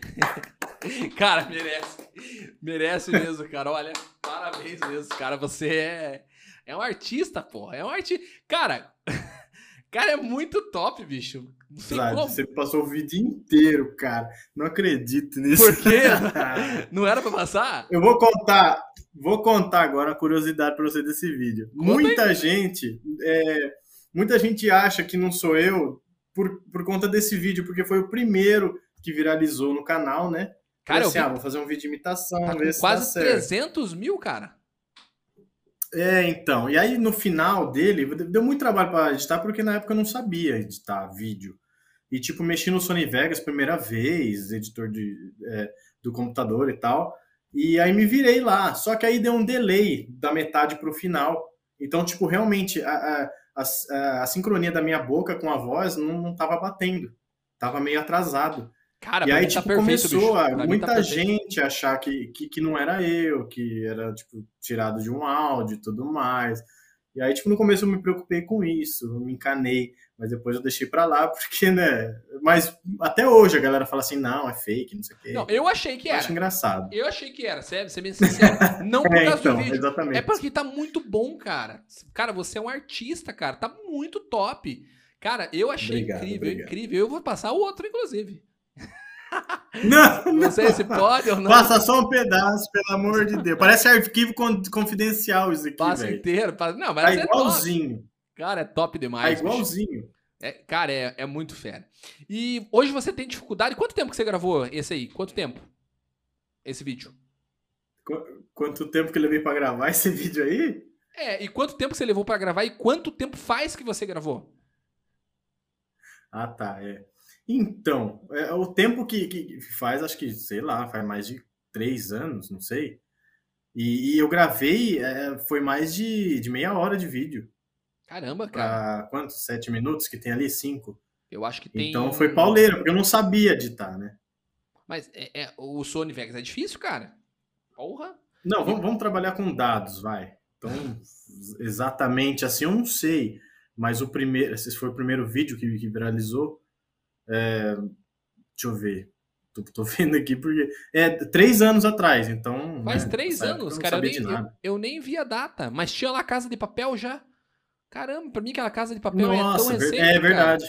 Cara, merece. Merece mesmo, cara. Olha, parabéns mesmo, cara. Você é, é um artista, porra. É um artista. Cara, cara, é muito top, bicho. Não sei Sabe, como. você passou o vídeo inteiro, cara. Não acredito nisso. Por quê? Não era pra passar? Eu vou contar, vou contar agora a curiosidade pra você desse vídeo. Conta muita aí. gente, é, muita gente acha que não sou eu por, por conta desse vídeo, porque foi o primeiro que viralizou no canal, né? Cara, eu assim, vi- ah, vou fazer um vídeo de imitação, Tá ver com se quase dá certo. trezentos mil, cara. É, então. E aí, no final dele, deu muito trabalho para editar, porque na época eu não sabia editar vídeo. E, tipo, mexi no Sony Vegas primeira vez, editor de, é, do computador e tal. E aí me virei lá. Só que aí deu um delay da metade pro final. Então, tipo, realmente, a, a, a, a sincronia da minha boca com a voz não, não tava batendo. Tava meio atrasado. Cara, E pra aí, mim tá tipo, perfeito, começou bicho. a Pra mim muita tá perfeito. gente achar que, que, que não era eu, que era, tipo, tirado de um áudio e tudo mais. E aí, tipo, no começo eu me preocupei com isso, eu me encanei, mas depois eu deixei pra lá, porque, né... Mas até hoje a galera fala assim, não, é fake, não sei o quê. Não, eu achei que Eu era. acho engraçado. Eu achei que era, sério, ser bem sincero. Não por É, causa então, do vídeo. exatamente. É porque tá muito bom, cara. Cara, você é um artista, cara. Tá muito top. Cara, eu achei Obrigado, incrível, obrigado. incrível. Eu vou passar o outro, inclusive. Não, Não sei se pode ou não. Passa só um pedaço, pelo amor de Deus. Parece arquivo con- confidencial isso aqui, Passa velho. inteiro. Passa... Não, mas Tá é top. igualzinho. Cara, é top demais. Tá bicho. igualzinho. É, cara, é, é muito fera. E hoje você tem dificuldade. Quanto tempo que você gravou esse aí? Quanto tempo? Esse vídeo? Qu- Quanto tempo que eu levei pra gravar esse vídeo aí? É, e quanto tempo você levou pra gravar e quanto tempo faz que você gravou? Ah, tá, é. Então, é, o tempo que, que faz, acho que, sei lá, faz mais de três anos, não sei. E, e eu gravei, é, foi mais de, de meia hora de vídeo. Caramba, cara. Pra quantos? Sete minutos que tem ali? Cinco. Eu acho que tem. Então foi pauleira, porque eu não sabia editar, né? Mas é, é- o Sony Vegas é difícil, cara? Porra. Não, vamos, vamos trabalhar com dados, vai. Então, exatamente assim, eu não sei. Mas o primeiro, esse foi o primeiro vídeo que, que viralizou. É, deixa eu ver. Tô, tô vendo aqui porque. É três anos atrás, então. Faz né, três nessa época anos, eu não cara. Eu sabia nem, de eu, nada. eu nem vi a data. Mas tinha lá Casa de Papel já. Caramba, pra mim aquela Casa de Papel é tão Nossa, ver- recente. é cara. verdade.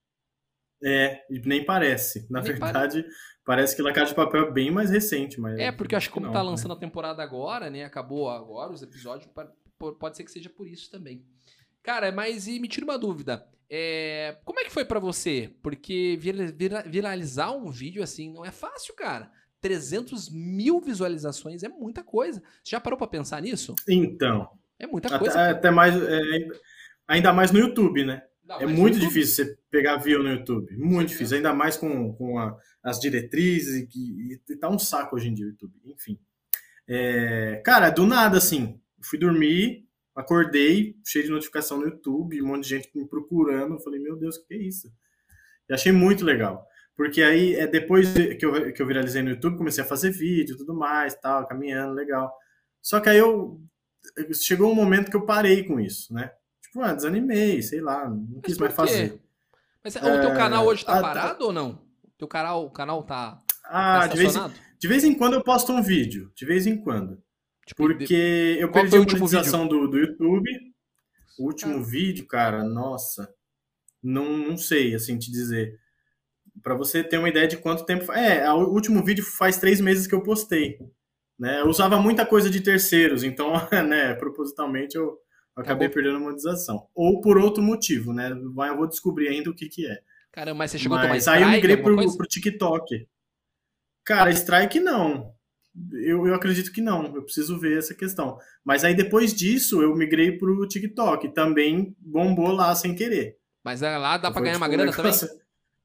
É, e nem parece. Na Nem verdade, parece que La Casa de Papel é bem mais recente, mas. É, porque eu acho que como não, tá né? lançando a temporada agora, né? Acabou agora os episódios. pa- po- Pode ser que seja por isso também. Cara, mas e me tira uma dúvida. É, como é que foi pra você? Porque vira- vira- viralizar um vídeo assim não é fácil, cara. trezentos mil visualizações é muita coisa. Você já parou pra pensar nisso? Então. É muita Até, coisa. até mais. é, ainda mais no YouTube, né? Não, É mas muito no YouTube- difícil você pegar view no YouTube. Muito Sim, difícil. Ainda mais com, com a- as diretrizes. E, que- e tá um saco hoje em dia o YouTube. Enfim. É, cara, do nada, assim. Fui dormir, acordei, cheio de notificação no YouTube, um monte de gente me procurando. Eu falei, meu Deus, o que é isso? E achei muito legal. Porque aí, é depois que eu, que eu viralizei no YouTube, comecei a fazer vídeo e tudo mais, tal, caminhando, legal. Só que aí eu... Chegou um momento que eu parei com isso, né? Tipo, ah, desanimei, sei lá, não quis mais fazer. Mas o teu canal hoje tá ah, parado ou não? O teu canal, o canal tá, Ah, tá de vez, em, estacionado? de vez em quando eu posto um vídeo. De vez em quando. Tipo, Porque eu qual perdi foi a o último monetização do, do YouTube. O último Ah. vídeo, cara, nossa. Não, não sei, assim, te dizer. Pra você ter uma ideia de quanto tempo... fa- É, o último vídeo faz três meses que eu postei. Né? Eu usava muita coisa de terceiros, então, né, propositalmente eu acabei Acabou. perdendo a monetização. Ou por outro motivo, né? Vai, eu vou descobrir ainda o que que é. Caramba, mas você chegou a tomar Mas aí eu strike, migrei alguma pro, coisa? pro TikTok. Cara, strike não. Eu, eu acredito que não. Eu preciso ver essa questão. Mas aí depois disso eu migrei pro TikTok. Também bombou lá sem querer. Mas é, lá dá Então pra foi, ganhar tipo, uma um grana também? negócio-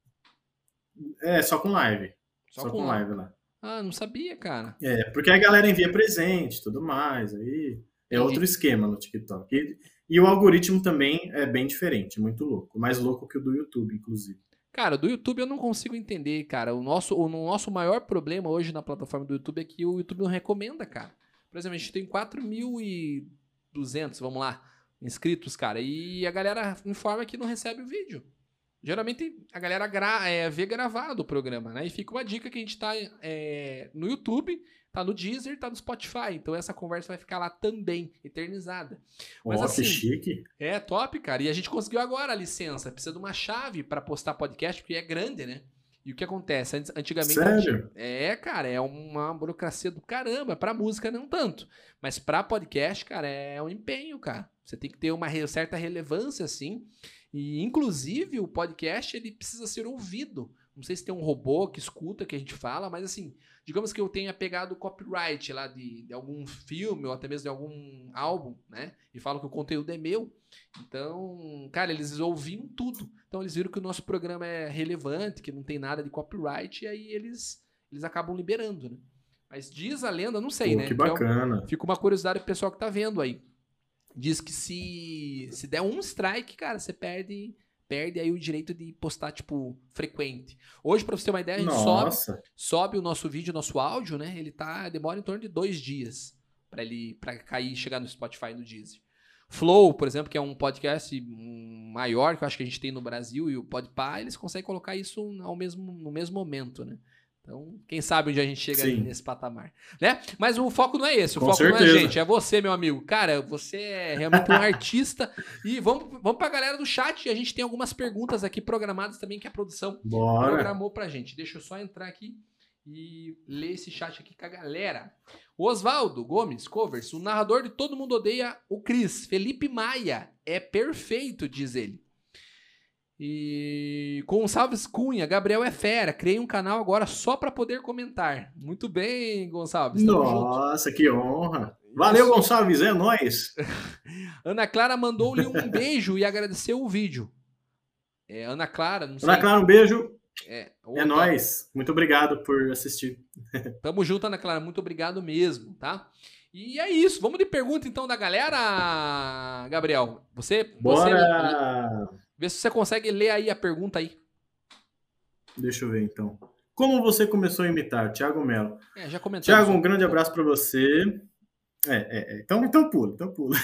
É, só com live. Só Só, com com live. live lá. Ah, não sabia, cara. É, porque a galera envia presente e tudo mais. Aí é Entendi. outro esquema no TikTok. E, e o algoritmo também é bem diferente, muito louco. Mais louco que o do YouTube, inclusive. Cara, do YouTube eu não consigo entender, cara. O nosso, o nosso maior problema hoje na plataforma do YouTube é que o YouTube não recomenda, cara. Por exemplo, a gente tem quatro mil e duzentos, vamos lá, inscritos, cara. E a galera informa que não recebe o vídeo. Geralmente a galera gra é, vê gravado o programa, né? E fica uma dica que a gente tá é, no YouTube, tá no Deezer, tá no Spotify. Então essa conversa vai ficar lá também, eternizada. Mas Ó, assim, que chique. é top, cara. E a gente conseguiu agora a licença. Precisa de uma chave pra postar podcast, porque é grande, né? E o que acontece? Antes- Antigamente... Sério? É, cara, é uma burocracia do caramba. Pra música, não tanto. Mas pra podcast, cara, é um empenho, cara. Você tem que ter uma re- certa relevância, assim. E, inclusive, o podcast, ele precisa ser ouvido. Não sei se tem um robô que escuta o que a gente fala, mas, assim, digamos que eu tenha pegado o copyright lá de, de algum filme ou até mesmo de algum álbum, né? E falo que o conteúdo é meu. Então, cara, eles ouviam tudo. Então, eles viram que o nosso programa é relevante, que não tem nada de copyright, e aí eles, eles acabam liberando, né? Mas diz a lenda, não sei, Pô, né? que Então, bacana. fica uma curiosidade pro pessoal que tá vendo aí. Diz que se, se der um strike, cara, você perde, perde aí o direito de postar, tipo, frequente. Hoje, pra você ter uma ideia, a gente sobe, Nossa. sobe o nosso vídeo, o nosso áudio, né? Ele tá, demora em torno de dois dias pra ele pra cair e chegar no Spotify e no Deezer. Flow, por exemplo, que é um podcast maior que eu acho que a gente tem no Brasil, e o Podpah, eles conseguem colocar isso ao mesmo, no mesmo momento, né? Então, quem sabe onde a gente chega Sim. nesse patamar, né? Mas o foco não é esse, o Com foco não é a certeza. gente, é você, meu amigo. Cara, você é realmente um artista. E vamos, vamos pra galera do chat, a gente tem algumas perguntas aqui programadas também que a produção Bora. programou pra gente. Deixa eu só entrar aqui e ler esse chat aqui com a galera. O Oswaldo Gomes Covers, o narrador de Todo Mundo Odeia o Chris, Felipe Maia, é perfeito, diz ele. E Gonçalves Cunha, Gabriel é fera, criei um canal agora só pra poder comentar. Muito bem, Gonçalves, tamo junto. Nossa, que honra. Valeu, Gonçalves, é nóis. Ana Clara mandou-lhe um beijo e agradeceu o vídeo. É, Ana Clara, não sei. Ana Clara, um beijo. É, É outra- nóis. Muito obrigado por assistir. Tamo junto, Ana Clara. Muito obrigado mesmo, tá? E é isso. Vamos de pergunta, então, da galera, Gabriel. Você... você Bora. vê se você consegue ler aí a pergunta aí. Deixa eu ver, então. Como você começou a imitar? Thiago Melo. É, já comentamos. Thiago, um grande abraço para você. É, é, é. Então, então pula, então pula.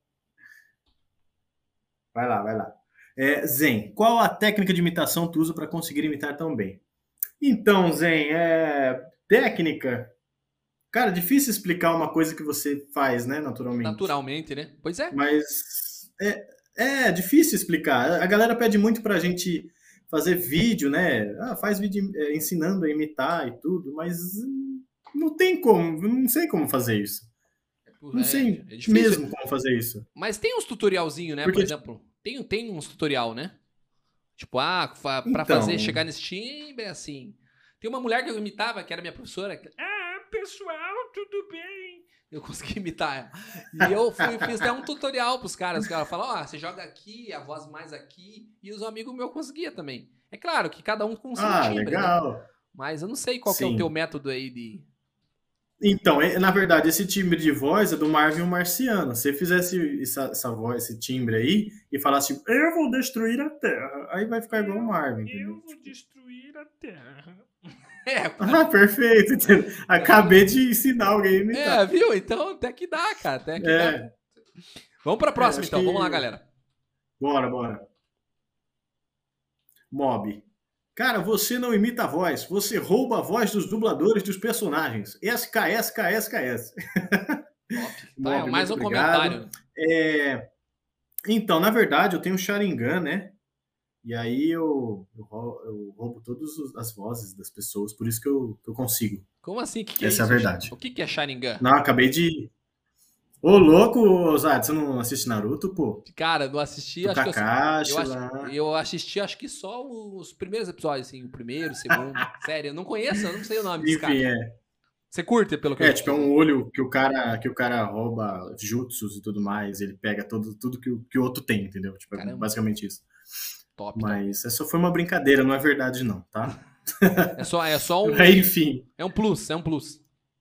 Vai lá, vai lá. É, Zen, qual a técnica de imitação tu usa para conseguir imitar tão bem? Então, Zen, é... técnica... Cara, difícil explicar uma coisa que você faz, né, naturalmente. Naturalmente, né? Pois é. Mas é, é difícil explicar. A galera pede muito pra gente fazer vídeo, né? Ah, faz vídeo é, ensinando a imitar e tudo, mas hum, não tem como, não sei como fazer isso. Não É, sei é difícil. mesmo como fazer isso. Mas tem uns tutorialzinho, né? Porque- Por exemplo, tem, tem uns tutorial, né? Tipo, ah, fa- pra Então. fazer, chegar nesse timbre, é assim. Tem uma mulher que eu imitava, que era minha professora. que- Ah, pessoal, tudo bem? Eu consegui imitar ela. E eu fui, fiz até um tutorial pros caras. Os caras falam, ó, você joga aqui, a voz mais aqui. E os amigos meus conseguiam também. É claro que cada um com o seu Ah, timbre, né? legal. Mas eu não sei qual que é o Sim. teu método aí de, Então, é- na verdade, esse timbre de voz é do Marvin o Marciano. Se você fizesse essa, essa voz, esse timbre aí, e falasse, eu vou destruir a Terra, aí vai ficar igual o Marvin, entendeu? Eu vou destruir a Terra. É, Ah, perfeito, entendeu? Acabei de ensinar alguém a imitar. é, viu? Então até que dá, cara. Até que dá. É, Vamos pra próxima, acho então. que- Vamos lá, galera. bora, bora. Mob. Cara, você não imita a voz, você rouba a voz dos dubladores dos personagens. S K S K S K S. Top. Tá, é Mob, mais um muito obrigado. comentário. É, Então, na verdade, eu tenho um Sharingan, né? E aí eu, eu, rou- eu roubo todas as vozes das pessoas, por isso que eu, que eu consigo. Como assim? Que que é Essa é a isso? verdade. O que, que é Sharingan? Não, acabei de... Ô, louco, Zad, você não assiste Naruto, pô? Cara, não assisti, Do acho que eu, Kakashi eu, acho- lá. eu assisti acho que só os primeiros episódios, assim, o primeiro, o segundo. Sério, eu não conheço, eu não sei o nome desse Enfim, cara. é. Você curte, pelo que É, eu tipo, é um olho que o cara, que o cara rouba jutsus e tudo mais, ele pega todo, tudo que o, que o outro tem, entendeu? Tipo, é Caramba. basicamente isso. Top. Mas essa só foi uma brincadeira, não é verdade não, tá? É só, é só um. Aí, enfim, É um plus, é um plus.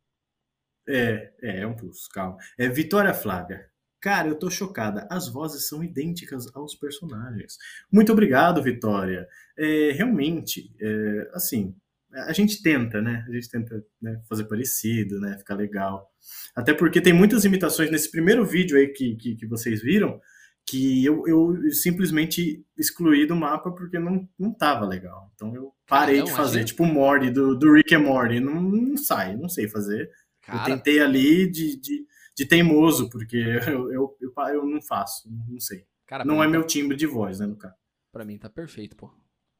é, é, é um plus, calma. É Vitória Flávia. Cara, eu tô chocada. As vozes são idênticas aos personagens. Muito obrigado, Vitória. É, realmente, é, assim, a gente tenta, né? A gente tenta, né, fazer parecido, né? Ficar legal. Até porque tem muitas imitações nesse primeiro vídeo aí que, que, que vocês viram que eu, eu simplesmente excluí do mapa porque não, não tava legal. Então eu parei Caramba, de fazer. imagina. Tipo o Morty, do, do Rick and Morty. Não, não sai, não sei fazer. Cara, Eu tentei ali de, de, de teimoso, porque eu, eu, eu, eu não faço, não sei. cara Não pra é mim meu tá- timbre de voz, né, no caso. Pra mim tá perfeito, pô.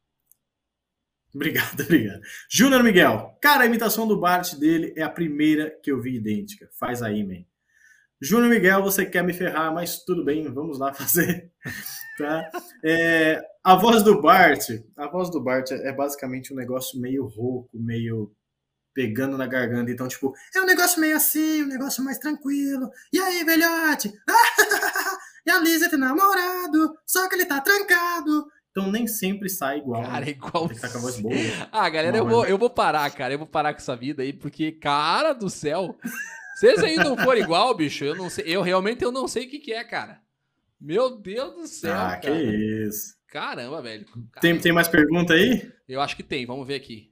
Obrigado, obrigado. Júnior Miguel. Cara, a imitação do Bart dele é a primeira que eu vi idêntica. Faz aí, man. Júnior Miguel, você quer me ferrar, mas tudo bem, vamos lá fazer. Tá? É, a voz do Bart, a voz do Bart é basicamente um negócio meio rouco, meio pegando na garganta. Então, tipo, é um negócio meio assim, um negócio mais tranquilo. E aí, velhote? E a Lisa tem namorado, só que ele tá trancado. Então nem sempre sai igual. Cara, é né? igual. Tem que estar com a voz boa. Ah, galera, Uma eu vou, voz- eu vou parar, cara. Eu vou parar com essa vida aí, porque, cara do céu. Se esse aí não for igual, bicho, eu não sei. Eu realmente eu não sei o que, que é, cara. Meu Deus do céu. Ah, que cara. isso. Caramba, velho. Tem, Caramba. tem mais pergunta aí? Eu acho que tem, vamos ver aqui.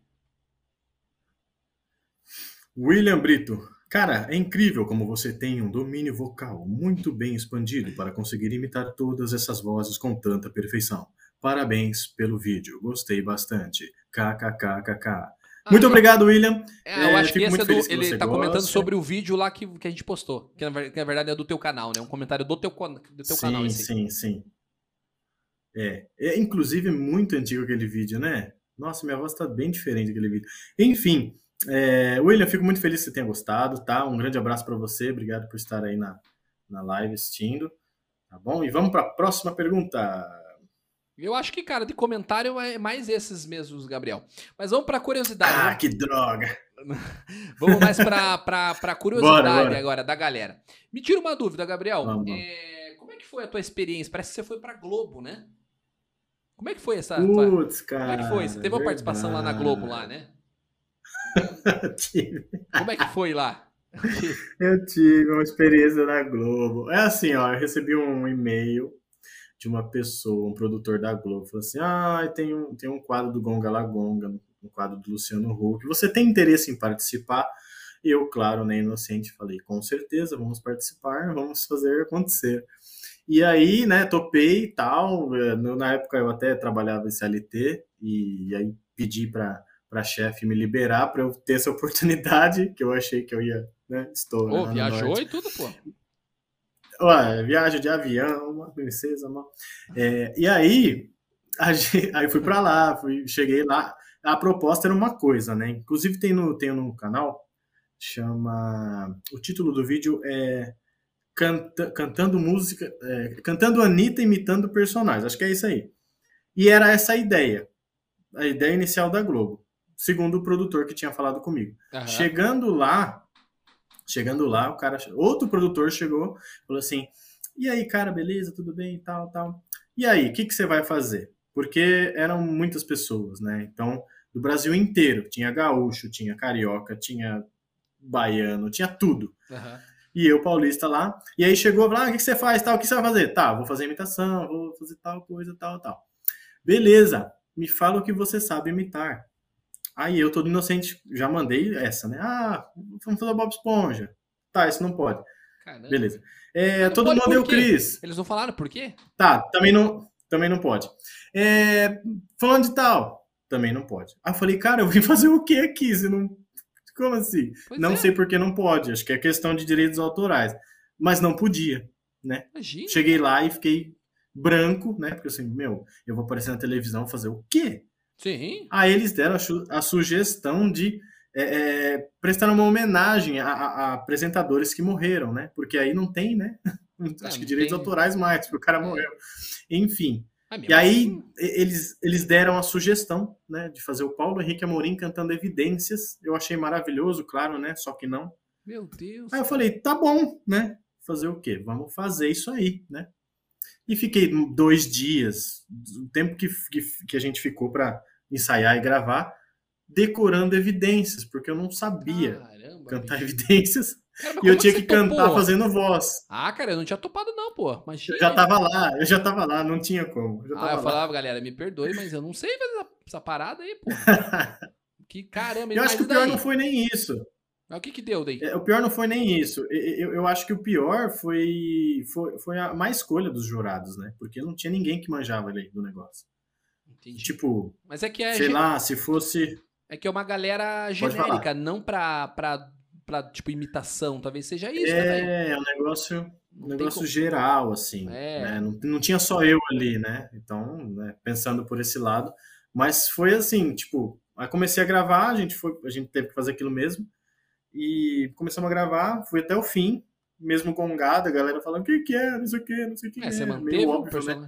William Brito. Cara, é incrível como você tem um domínio vocal muito bem expandido para conseguir imitar todas essas vozes com tanta perfeição. Parabéns pelo vídeo, gostei bastante. KKKKK. Ah, Muito eu- obrigado, William. É, eu É, acho que fico esse muito é do. feliz que Ele você tá comentando gosta. sobre o vídeo lá que, que a gente postou. Que na, ver- que na verdade é do teu canal, né? Um comentário do teu, con- do teu sim, canal. Esse aí. sim, sim. É, é inclusive muito antigo aquele vídeo, né? Nossa, minha voz tá bem diferente daquele vídeo. Enfim, é, William, fico muito feliz que você tenha gostado, tá? Um grande abraço para você, obrigado por estar aí na, na live assistindo, tá bom? E vamos para a próxima pergunta. Eu acho que, cara, de comentário é mais esses mesmos, Gabriel. Mas vamos pra curiosidade. Ah, vamos- que droga! Vamos mais pra, pra, pra curiosidade Bora, bora. agora da galera. Me tira uma dúvida, Gabriel. Vamos. É, como é que foi a tua experiência? Parece que você foi pra Globo, né? Como é que foi essa... tua- Putz, cara. Como é que foi? Você teve uma participação lá na Globo, lá, né? Tive- Como é que foi lá? Eu tive uma experiência na Globo. É assim, ó, eu recebi um e-mail de uma pessoa, um produtor da Globo, falou assim, ah, tem um, tem um quadro do Gonga La Gonga, um quadro do Luciano Huck, você tem interesse em participar? E eu, claro, né, inocente, falei, com certeza, vamos participar, vamos fazer acontecer. E aí, né, topei e tal, eh, no- na época eu até trabalhava em C L T, e aí pedi para para chefe me liberar para eu ter essa oportunidade, que eu achei que eu ia, né, estou Ô, lá no viajou norte. e tudo, pô. Ué, viagem de avião, uma princesa, uma... É, e aí, a gente- aí fui para lá, fui, cheguei lá, a proposta era uma coisa, né? Inclusive tem no, tem no canal, chama... O título do vídeo é Canta, Cantando Música... é, Cantando Anitta imitando personagens, acho que é isso aí. E era essa a ideia, a ideia inicial da Globo, segundo o produtor que tinha falado comigo. Aham. Chegando lá, chegando lá, o cara, outro produtor chegou, falou assim, e aí, cara, beleza, tudo bem, tal, tal. E aí, o que, que você vai fazer? Porque eram muitas pessoas, né? Então, do Brasil inteiro, tinha gaúcho, tinha carioca, tinha baiano, tinha tudo. Aham. E eu, paulista lá. E aí chegou lá, ah, o que você faz, tal, o que você vai fazer? Tá, vou fazer imitação, vou fazer tal coisa, tal, tal. Beleza, me fala o que você sabe imitar. Aí eu, todo inocente, já mandei essa, né? Ah, vamos fazer o Bob Esponja. Tá, isso não pode. Caramba. Beleza. É, Não todo pode mundo por é o quê? Cris. Eles não falaram por quê? Tá, também não, também não pode. É, falando de tal, também não pode. Aí eu falei, cara, eu vim fazer o quê aqui? Se não... Como assim? Pois não é. sei por que não pode. Acho que é questão de direitos autorais. Mas não podia, né? Imagina. Cheguei lá e fiquei branco, né? Porque assim, meu, eu vou aparecer na televisão fazer o quê? Sim. Aí eles deram a, su- a sugestão de é, é, prestar uma homenagem a, a- a apresentadores que morreram, né? Porque aí não tem, né? Acho que não direitos tem. autorais mais, porque o cara É. morreu. Enfim. Ah, mesmo E aí assim, e- eles, eles deram a sugestão, né, de fazer o Paulo Henrique Amorim cantando Evidências. Eu achei maravilhoso, claro, né? Só que não. meu Deus. Aí eu falei, tá bom, né? Fazer o quê? Vamos fazer isso aí, né? E fiquei dois dias, o tempo que, que, que a gente ficou para ensaiar e gravar, decorando Evidências, porque eu não sabia Caramba, cantar bicho. Evidências. Cara, mas E eu como tinha você que cantar topou? fazendo voz. Ah, cara, eu não tinha topado não, pô. Imagina. Eu já tava lá, eu já tava lá, não tinha como. Eu já Ah, tava eu lá. falava, galera, me perdoe, mas eu não sei fazer essa, essa parada aí, pô. Que caramba. Eu mas acho que e o pior daí? não foi nem isso. Mas o que que deu daí? É, o pior não foi nem isso. Eu, eu- eu acho que o pior foi, foi, foi a má escolha dos jurados, né? Porque não tinha ninguém que manjava ali do negócio. Entendi. Tipo, Mas é que é, sei ge- lá, se fosse... é que é uma galera Pode genérica, falar. não pra, pra, pra, tipo, imitação. Talvez seja isso também. É, é um negócio, um Não tem negócio como- geral, assim. É. Né? Não, não tinha só eu ali, né? Então, né, pensando por esse lado. Mas foi assim, tipo... Aí comecei a gravar, a gente, foi, a gente teve que fazer aquilo mesmo. E começamos a gravar, fui até o fim, mesmo congado, a galera falando, o que que é, não sei o que, não sei o que É, é. você meio manteve o óbvio, né? personagem.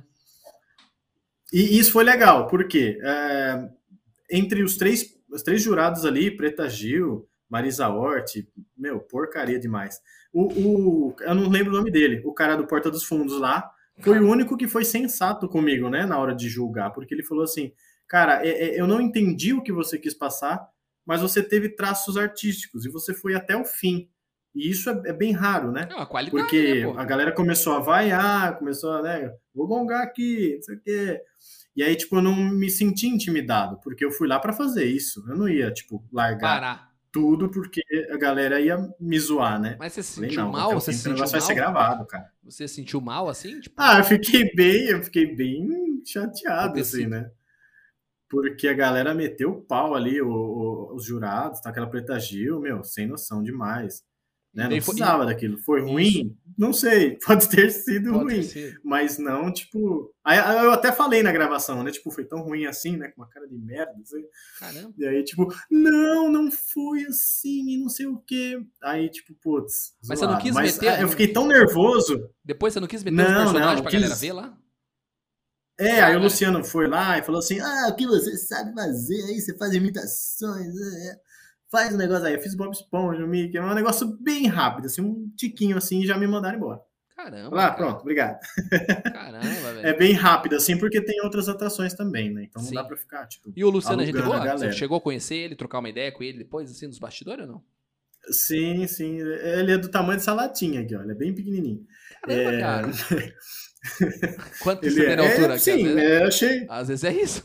E isso foi legal, porque é, entre os três, os três jurados ali, Preta Gil, Marisa Hort, meu, porcaria demais. O, o, eu não lembro o nome dele, o cara do Porta dos Fundos lá, foi o único que foi sensato comigo, né, na hora de julgar, porque ele falou assim, cara, é, é, eu não entendi o que você quis passar, mas você teve traços artísticos e você foi até o fim. E isso é, é bem raro, né? É uma qualidade, Porque né, pô? a galera começou a vaiar, começou a, né, vou gongar aqui, não sei o quê. E aí, tipo, eu não me senti intimidado, porque eu fui lá pra fazer isso. Eu não ia, tipo, largar Parar. tudo porque a galera ia me zoar, né? Mas você se Falei, sentiu não, mal? até o Você fim, se esse negócio sentiu vai ser mal? gravado, cara. Você se sentiu mal, assim? Tipo, Ah, eu fiquei bem, eu fiquei bem chateado, Acontecido. assim, né? Porque a galera meteu o pau ali, o- o- os jurados, tá? Aquela Preta Gil, meu, sem noção demais. Né? Não daí foi- precisava daquilo. Foi Isso. ruim? Não sei. Pode ter sido pode ter ruim. sido. Mas não, tipo... Aí aí eu até falei na gravação, né? Tipo, foi tão ruim assim, né? Com uma cara de merda, assim. Caramba. E aí, tipo, não, não foi assim, e não sei o quê. Aí, tipo, putz. Mas você não zoado. quis Mas, meter- ah, eu fiquei tão nervoso. Depois você não quis meter Não, os não, personagens não pra quis. galera ver lá? É, Ah, aí o né? Luciano foi lá e falou assim: ah, Ah, o que você sabe fazer aí? Você faz imitações. é, é. faz um negócio aí. Eu fiz Bob Esponja, o Mickey, um negócio bem rápido, assim, um tiquinho assim, e já me mandaram embora. Caramba. Lá, cara. pronto, obrigado. Caramba, velho. É bem rápido, assim, porque tem outras atrações também, né? Então não Sim. dá pra ficar, tipo. E o Luciano, a gente alugando chegou, a você galera. chegou a conhecer ele, trocar uma ideia com ele depois, assim, nos bastidores ou não? Sim, sim. Ele é do tamanho dessa latinha aqui, ó. Ele é bem pequenininho. Caramba, É, cara. Quanto Ele você tem é, na altura? é, Que sim, às, vezes, é, eu achei. às vezes é isso.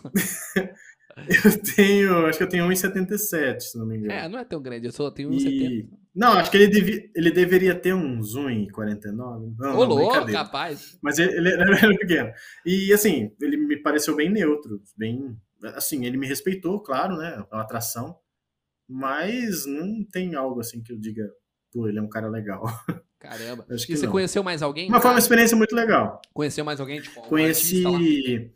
Eu tenho, acho que eu tenho um metro e setenta e sete, se não me engano. É, não é tão grande, eu só tenho um e setenta. E... Não, acho que ele, devi... ele deveria ter uns um e quarenta e nove. Não, Ô, não, louco, brincadeira. capaz. Mas ele, ele era pequeno. E, assim, ele me pareceu bem neutro. Bem... Assim, ele me respeitou, claro, né? A atração. Mas não tem algo assim que eu diga, pô, ele é um cara legal. Caramba. Acho que E você não. conheceu mais alguém? Mas foi uma cara? experiência muito legal. Conheceu mais alguém? Tipo, algum artista lá? Conheci.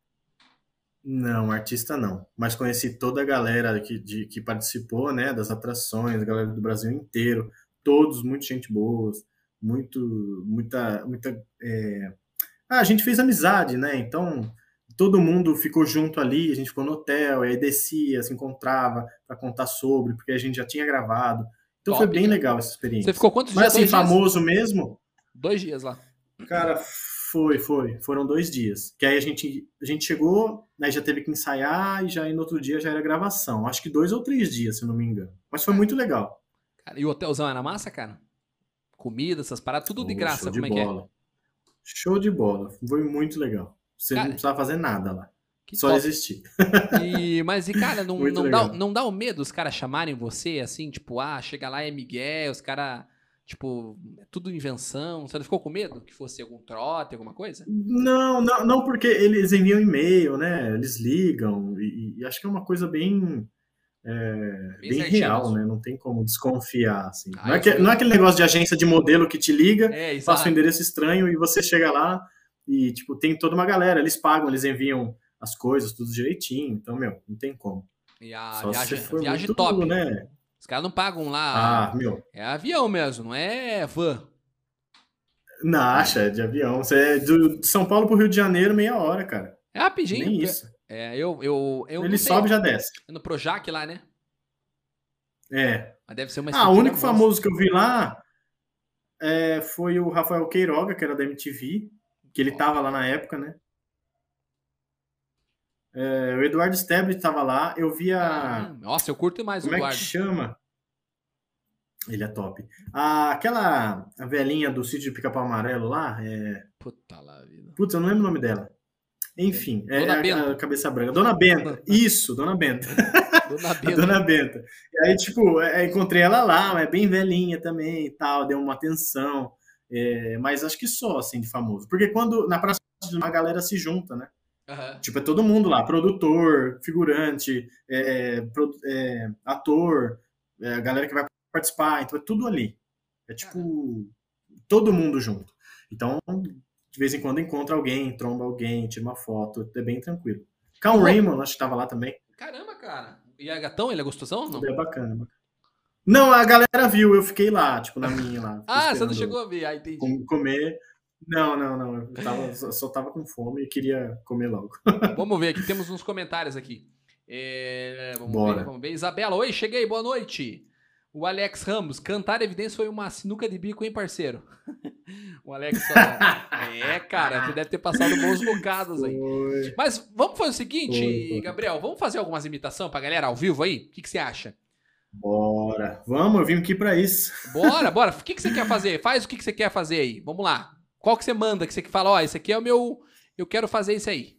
Não, artista não. Mas conheci toda a galera que, de, que participou, né, das atrações, a galera do Brasil inteiro. Todos, muito gente boa, muito, muita, muita. é, Ah, a gente fez amizade, né? Então todo mundo ficou junto ali, a gente ficou no hotel, e aí descia, se encontrava para contar sobre, porque a gente já tinha gravado. Então Top, foi bem cara. legal essa experiência. Você ficou quantos Mas dias? assim, Dois dias? famoso mesmo. Dois dias lá. Cara, foi, foi. Foram dois dias. Que aí a gente, a gente chegou, aí já teve que ensaiar, e já aí no outro dia já era gravação. Acho que dois ou três dias, se eu não me engano. Mas foi muito legal. Cara, e o hotelzão era massa, cara? Comida, essas paradas, tudo de Oh, graça, show de como é que é? bola. Show de bola. Foi muito legal. Você Cara, não precisava fazer nada lá. que Só top. existir. E, mas e, cara, não, Muito não, dá, legal. não dá o medo os caras chamarem você, assim, tipo, ah, chega lá é Miguel, os caras, tipo, é tudo invenção. Você não ficou com medo que fosse algum trote, alguma coisa? Não, não, não, porque eles enviam e-mail, né? Eles ligam. E, e acho que é uma coisa bem, é, Bem bem certinho real, mesmo. né? Não tem como desconfiar, assim. Ah, não, é eu que- sou- não é aquele negócio de agência de modelo que te liga, É, passa exato. um endereço estranho e você chega lá e, tipo, tem toda uma galera. Eles pagam, eles enviam as coisas, tudo direitinho. Então, meu, não tem como. E a Só se viagem, você for viagem muito, top. né? Os caras não pagam lá. Ah, meu, É avião mesmo, não é van. na acha, é de avião. Você é do, de São Paulo pro Rio de Janeiro, meia hora, cara. É rapidinho. Nem porque- isso. É, eu, eu, eu Ele não sei, sobe e já desce. é no Projac lá, né? É. Mas deve ser uma Ah, o estrutura único monstra. famoso que eu vi lá é, foi o Rafael Queiroga, que era da M T V, que ele tava lá na época, né? É, o Eduardo Steblet tava lá. Eu vi a. Hum, Nossa, eu curto mais o Como é que Eduardo. chama? Ele é top. A, aquela a velhinha do sítio de Pica-Pau Amarelo lá, é... Puta lá, vida. Putz, eu não lembro o nome dela. Enfim, é, Dona a- Benta. a cabeça branca. Dona Benta. Isso, Dona Benta. Dona A Benta. Dona Benta. E aí, tipo, é, encontrei ela lá, é bem velhinha também e tal, deu uma atenção. É, mas acho que só, assim, de famoso. Porque quando, na Praça de Maio, a galera se junta, né? Aham. Tipo, é todo mundo lá, produtor, figurante, é, é, produ- é, ator, é, a galera que vai participar, então é tudo ali. É tipo, todo mundo junto. Então, de vez em quando encontra alguém, tromba alguém, tira uma foto, é bem tranquilo. Cal Raymond, acho que tava lá também. Caramba, cara. E a gatão, ele é gostosão ou não? É bacana. Não, a galera viu, eu fiquei lá, tipo, na minha lá. Ah, você não esperando chegou a ver. Ah, entendi. com- Comer. Não, não, não. Eu tava, só- só tava com fome e queria comer logo. Vamos ver aqui, temos uns comentários aqui. É, vamos Bora. ver, vamos ver. Isabela, oi, cheguei, boa noite. O Alex Ramos, cantar evidência foi uma sinuca de bico, hein, parceiro? O Alex só... É, cara, você deve ter passado bons bocados aí. Foi. Mas vamos fazer o seguinte, Foi, foi. Gabriel, vamos fazer algumas imitações pra galera ao vivo aí? O que, que você acha? Bora. Vamos, eu vim aqui pra isso. Bora, bora. O que, que você quer fazer? Faz o que, que você quer fazer aí. Vamos lá. Qual que você manda? Que você que fala, ó, esse aqui é o meu... Eu quero fazer isso aí.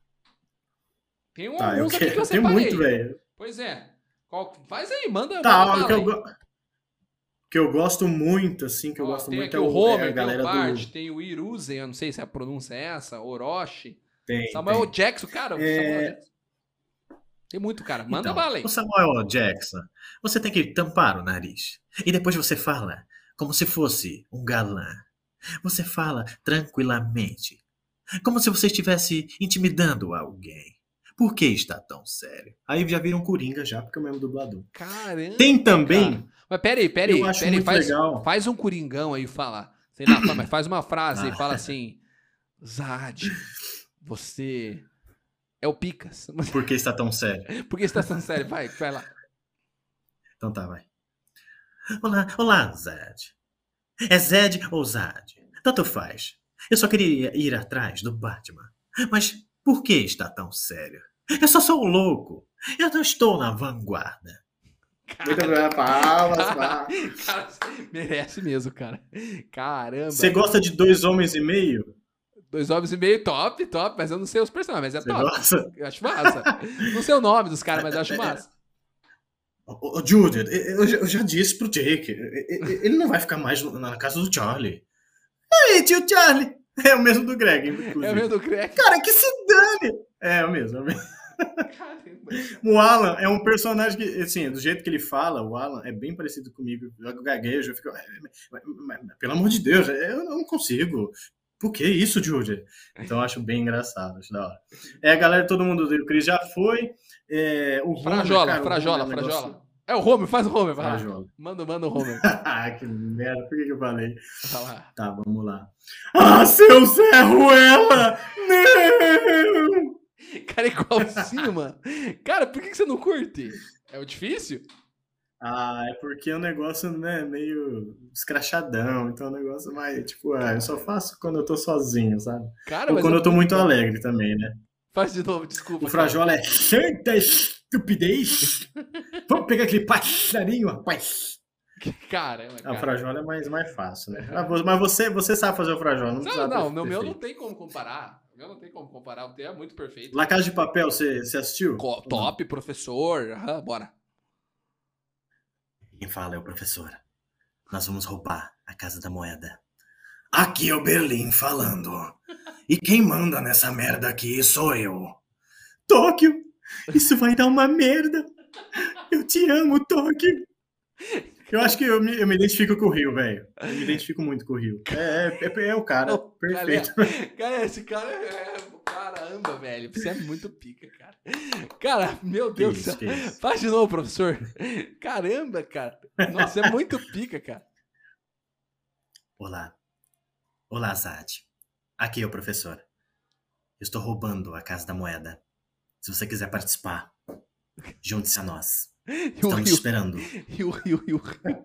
Tem um, Tá, eu uns aqui que quero. eu Tem separei. muito, velho. Pois é. Qual... Faz aí, manda. Tá, manda o que eu, bala aí. go- que eu gosto muito, assim, que eu Ó, gosto tem muito aqui é o o, Homer, é a tem galera o Bart, do... tem o Iruzen, eu não sei se a pronúncia é essa, Orochi. Tem, Samuel tem. Jackson, cara. o É. Samuel Jackson. Tem muito, cara. Manda Então, bala aí. o Samuel Jackson, você tem que tampar o nariz. E depois você fala como se fosse um galã. Você fala tranquilamente. Como se você estivesse intimidando alguém. Por que está tão sério? Aí já viram Coringa já, porque é o mesmo dublador. Caramba. Tem também... cara. Mas peraí, peraí, Eu acho peraí. muito Faz, legal. faz um coringão aí, fala. Sei lá, mas faz uma frase e Ah. fala assim. Zad, você é o Picas. Por que está tão sério? Por que você tá tão sério? Vai, vai lá. Então tá, vai. Olá, olá, Zed. É Zed ou Zad? Tanto faz. Eu só queria ir atrás do Batman. Mas por que está tão sério? Eu só sou um louco. Eu não estou na vanguarda. Muito bem, palmas, palmas. Cara, merece mesmo, cara. Caramba. Você gosta de Dois Homens e Meio? Dois homens e meio, top, top. Mas eu não sei os personagens, mas é Você top. gosta? Eu acho massa. Não sei o nome dos caras, mas eu acho massa. Ô, ô, Judy, eu, já- eu já disse pro Jake, e- e- ele não vai ficar mais na casa do Charlie. Aí, tio Charlie. É o mesmo do Greg, inclusive. É o mesmo do Crack. Cara, que se dane! É, é o mesmo, é o mesmo. Caramba. O Alan é um personagem que, assim, do jeito que ele fala, o Alan é bem parecido comigo. Eu gaguejo, eu fico... "Mas- mas- mas, Pelo amor de Deus, eu não consigo. Por que isso, Judy? Então eu acho bem engraçado, acho da hora. É, a galera, todo mundo do Chris já foi. É, o Homer, Frajola, cara, o Frajola, Homer é um Frajola. negócio- É o Homer, faz o Homer, vai lá. Frajola. Manda, manda o Homer. Ah, que merda, por que, que eu falei? Vai lá. Tá, vamos lá. Ah, seu Zé Ruela! Não! Cara, é igualzinho, mano. Cara, por que que você não curte? É o difícil? Ah, é porque é um negócio, né, meio escrachadão, então é um negócio mais, tipo, ah, eu só faço quando eu tô sozinho, sabe? Cara, Ou mas quando é eu tô muito muito bom. alegre também, né? Faz de novo, desculpa. O Frajola é santa estupidez. Vamos pegar aquele passarinho, rapaz. Caramba, cara. A frajola é mais, mais fácil, né? Mas você, você sabe fazer o frajola, não precisa. Não, não, no meu não tem como comparar. O meu não tem como comparar, o teu é muito perfeito. La Casa de Papel, você, você assistiu? Co- top, professor. Aham, bora. Quem fala é o professor. Nós vamos roubar a Casa da Moeda. Aqui é o Berlim falando. E quem manda nessa merda aqui sou eu. Tóquio, isso vai dar uma merda. Eu te amo, Tóquio. Eu acho que eu me, eu me identifico com o Rio, velho. Eu me identifico muito com o Rio. É, é, é o cara, Ô, perfeito. Galera, cara, esse cara é... Caramba, velho. Você é muito pica, cara. Cara, meu Deus do isso, céu. que isso? Faz de novo, professor. Caramba, cara. Nossa, é muito pica, cara. Olá. Olá, Zad. Aqui é o professor. Eu estou roubando a Casa da Moeda. Se você quiser participar, junte-se a nós. Estamos te esperando. Rio, rio, rio.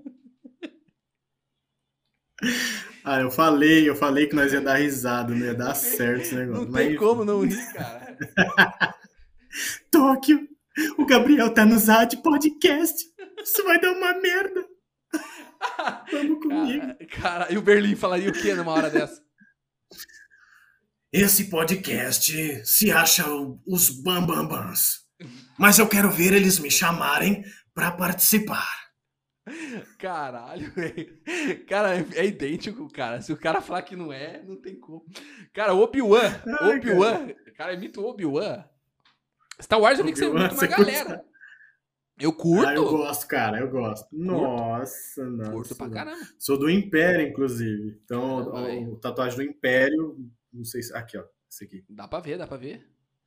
Ah, eu falei, eu falei que nós ia dar risada, não ia dar certo esse negócio. Não mas... tem como não rir, cara. Tóquio, o Gabriel tá no Zad Podcast. Isso vai dar uma merda. Vamos comigo. Cara, cara, e o Berlim falaria o quê numa hora dessa? Esse podcast se acha os bambambans. Mas eu quero ver eles me chamarem pra participar. Caralho, velho. Cara, é idêntico, cara. Se o cara falar que não é, não tem como. Cara, Obi-Wan. Ai, Obi-Wan. Cara, imita o Obi-Wan. Star Wars eu vi que você Obi-Wan, imita uma você galera. curte? Eu curto. Ah, eu gosto, cara, eu gosto. Nossa, nossa. Curto pra caramba. Sou do Império, inclusive. Então, Caramba, o, velho. o tatuagem do Império, não sei se... Aqui, ó. Esse aqui. Dá pra ver, dá pra ver.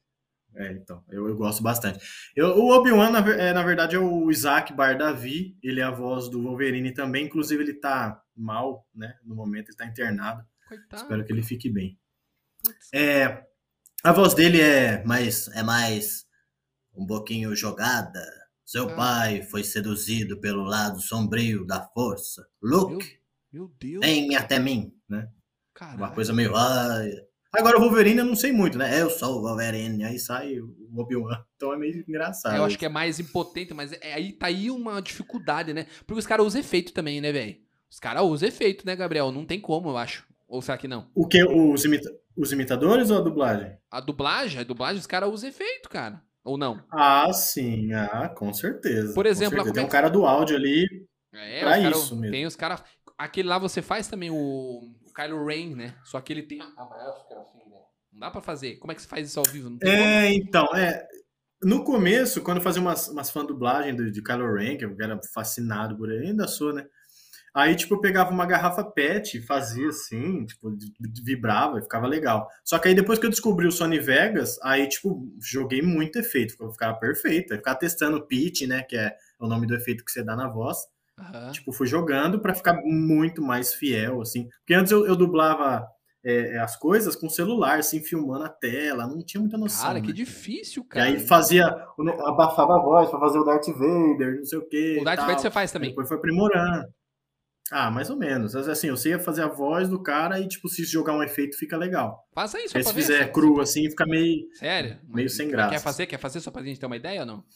É, então, eu, eu gosto bastante. Eu, o Obi-Wan, na, ver- é, na verdade, é o Isaac Bardavi. Ele é a voz do Wolverine também. Inclusive, ele tá mal, né? No momento, ele tá internado. Coitado. Espero que ele fique bem. Putz. É, a voz dele é... Mas é mais um pouquinho jogada. Seu Ah. pai foi seduzido pelo lado sombrio da força. Meu, Luke, meu Deus. vem até mim. né? Caralho. Uma coisa meio... Ai, Agora, o Wolverine eu não sei muito, né? Eu sou o Wolverine. Aí sai o Obi-Wan. Então é meio engraçado. Eu acho que é mais impotente, mas é, aí tá aí uma dificuldade, né? Porque os caras usam efeito também, né, velho? Os caras usam efeito, né, Gabriel? Não tem como, eu acho. Ou será que não? O que? Os, imita... os imitadores ou a dublagem? A dublagem, a dublagem, os caras usam efeito, cara. Ou não? Ah, sim. Ah, com certeza. Por exemplo, com certeza. como é Tem um que- cara do áudio ali. É, Pra os cara- isso mesmo. Tem os caras... Aquele lá você faz também o, o Kylo Ren, né? Só que ele tem a máscara assim, né? Não dá pra fazer. Como é que você faz isso ao vivo? Não tem como. É, então, é. No começo, quando eu fazia umas, umas fã dublagens de, de Kylo Ren, que eu era fascinado por ele, ainda sou, né? Aí, tipo, eu pegava uma garrafa pet, fazia assim, tipo, de- de- vibrava e ficava legal. Só que aí depois que eu descobri o Sony Vegas, aí, tipo, joguei muito efeito, ficava- ficava perfeito. Aí ficava testando o pitch, né, que é o nome do efeito que você dá na voz. Aham. Tipo, fui jogando pra ficar muito mais fiel, assim. Porque antes eu, eu dublava é, as coisas com celular, assim, filmando a tela, não tinha muita noção. Cara, que né? difícil, E cara. aí fazia, abafava a voz pra fazer o Darth Vader, não sei o quê. O Darth e tal. Vader você faz Aí também. depois foi aprimorando. Ah, mais ou menos. Assim, eu sei fazer a voz do cara e, tipo, se jogar um efeito, fica legal. Faça isso, só Aí pra se ver. fizer só- cru, assim, fica meio... Sério? meio sem Quer graça. fazer? Quer fazer só pra gente ter uma ideia ou não?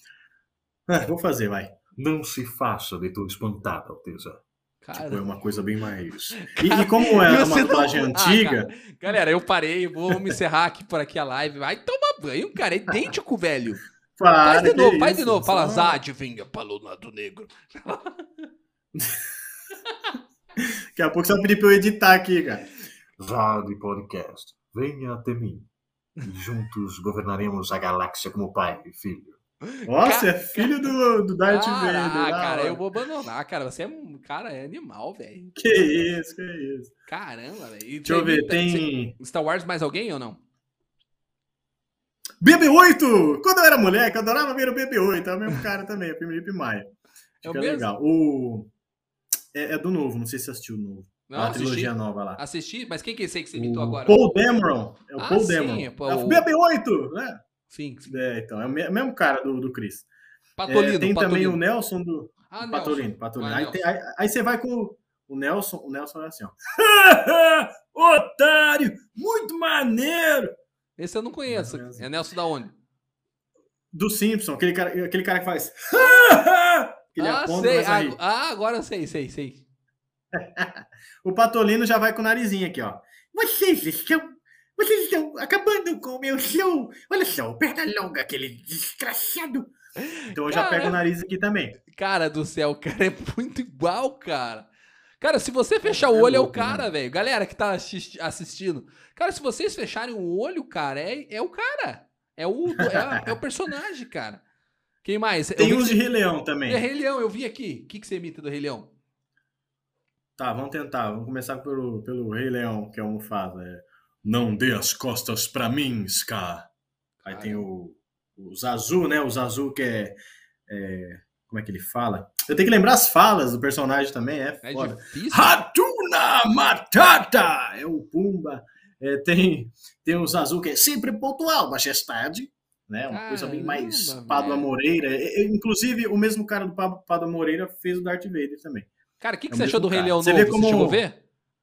Ah, vou fazer, vai. Não se faça de tão espantada, Alteza. Cara... Tipo, é uma coisa bem mais... E, e como é Você uma não- dublagem Ah, antiga... cara. Galera, eu parei, vou me encerrar aqui por aqui a live. Vai tomar banho, cara. É idêntico, velho. Para, Faz de que novo, faz de isso, novo. Fala, só- Zad, vinha para o lado negro. Daqui a pouco você vai pedir pra eu editar aqui, cara. Zad Podcast, venha até mim. E juntos governaremos a galáxia como pai e filho. Nossa, Ca- é filho do, do Darth Vader. Ah, da cara, hora. eu vou abandonar, cara. Você é um cara, é animal, velho. Que isso, que isso. Caramba, velho. E Deixa eu você ver, imita- tem... você- Star Wars mais alguém ou não? B B oito! Quando eu era moleque, eu adorava ver o B B oito. É o mesmo cara também, o Felipe Maia. É o Fica mesmo? legal. O... É, é do novo, não sei se você assistiu o novo. Não, a assisti. trilogia nova lá. Assisti, mas quem que é esse aí que você imitou O agora? Paul Dameron. É o Ah, Paul sim, Dameron. pô, É o- o B B oito, né? Sim, sim. É, então, é o me- mesmo cara do, do Chris. Patolino, É, tem também Patolino. o Nelson do... Ah, do Nelson. Patolino, Patolino. Ah, aí, Nelson. tem- aí- aí você vai com o- o Nelson. O Nelson é assim, ó. Otário! Muito maneiro! Esse eu não conheço. Não, é É Nelson da onde? Do Simpson, aquele cara, aquele cara que faz. que ele Ah, aponta sei. e começa a rir. Ah, agora eu sei, sei, sei. O Patolino já vai com o narizinho aqui, ó. Vocês estão... Vocês estão acabando com o meu show. Olha só, o perna longa, aquele desgraçado. Então eu já Cara. pego o nariz aqui também. Cara do céu, o cara é muito igual, cara. Cara, se você fechar É o olho, é o louco, cara, velho. Galera que tá assisti- assistindo. Cara, se vocês fecharem o olho, cara, é, é o cara. É o, é, a- é o personagem, cara. Quem mais? Eu Tem vi uns que de você- Rei Leão também. É Rei Leão, eu vi aqui. O que, que você imita do Rei Leão? Tá, vamos tentar. Vamos começar pelo, pelo Rei Leão, que é o Mufasa. É, não dê as costas pra mim, Scar. Aí tem o, o Zazu, né? O Zazu que é, é... Como é que ele fala? Eu tenho que lembrar as falas do personagem também, é É foda. difícil? Hakuna Matata! É o Pumba. É, tem, tem o Zazu que é sempre pontual, majestade. Né? Uma coisa bem mais Caramba, Pádua velho. Moreira. É, é, inclusive, o mesmo cara do Pá- Pádua Moreira fez o Darth Vader também. Cara, o que, que É o você achou mesmo do Rei cara. Leão Você novo? vê Você como- chegou a ver?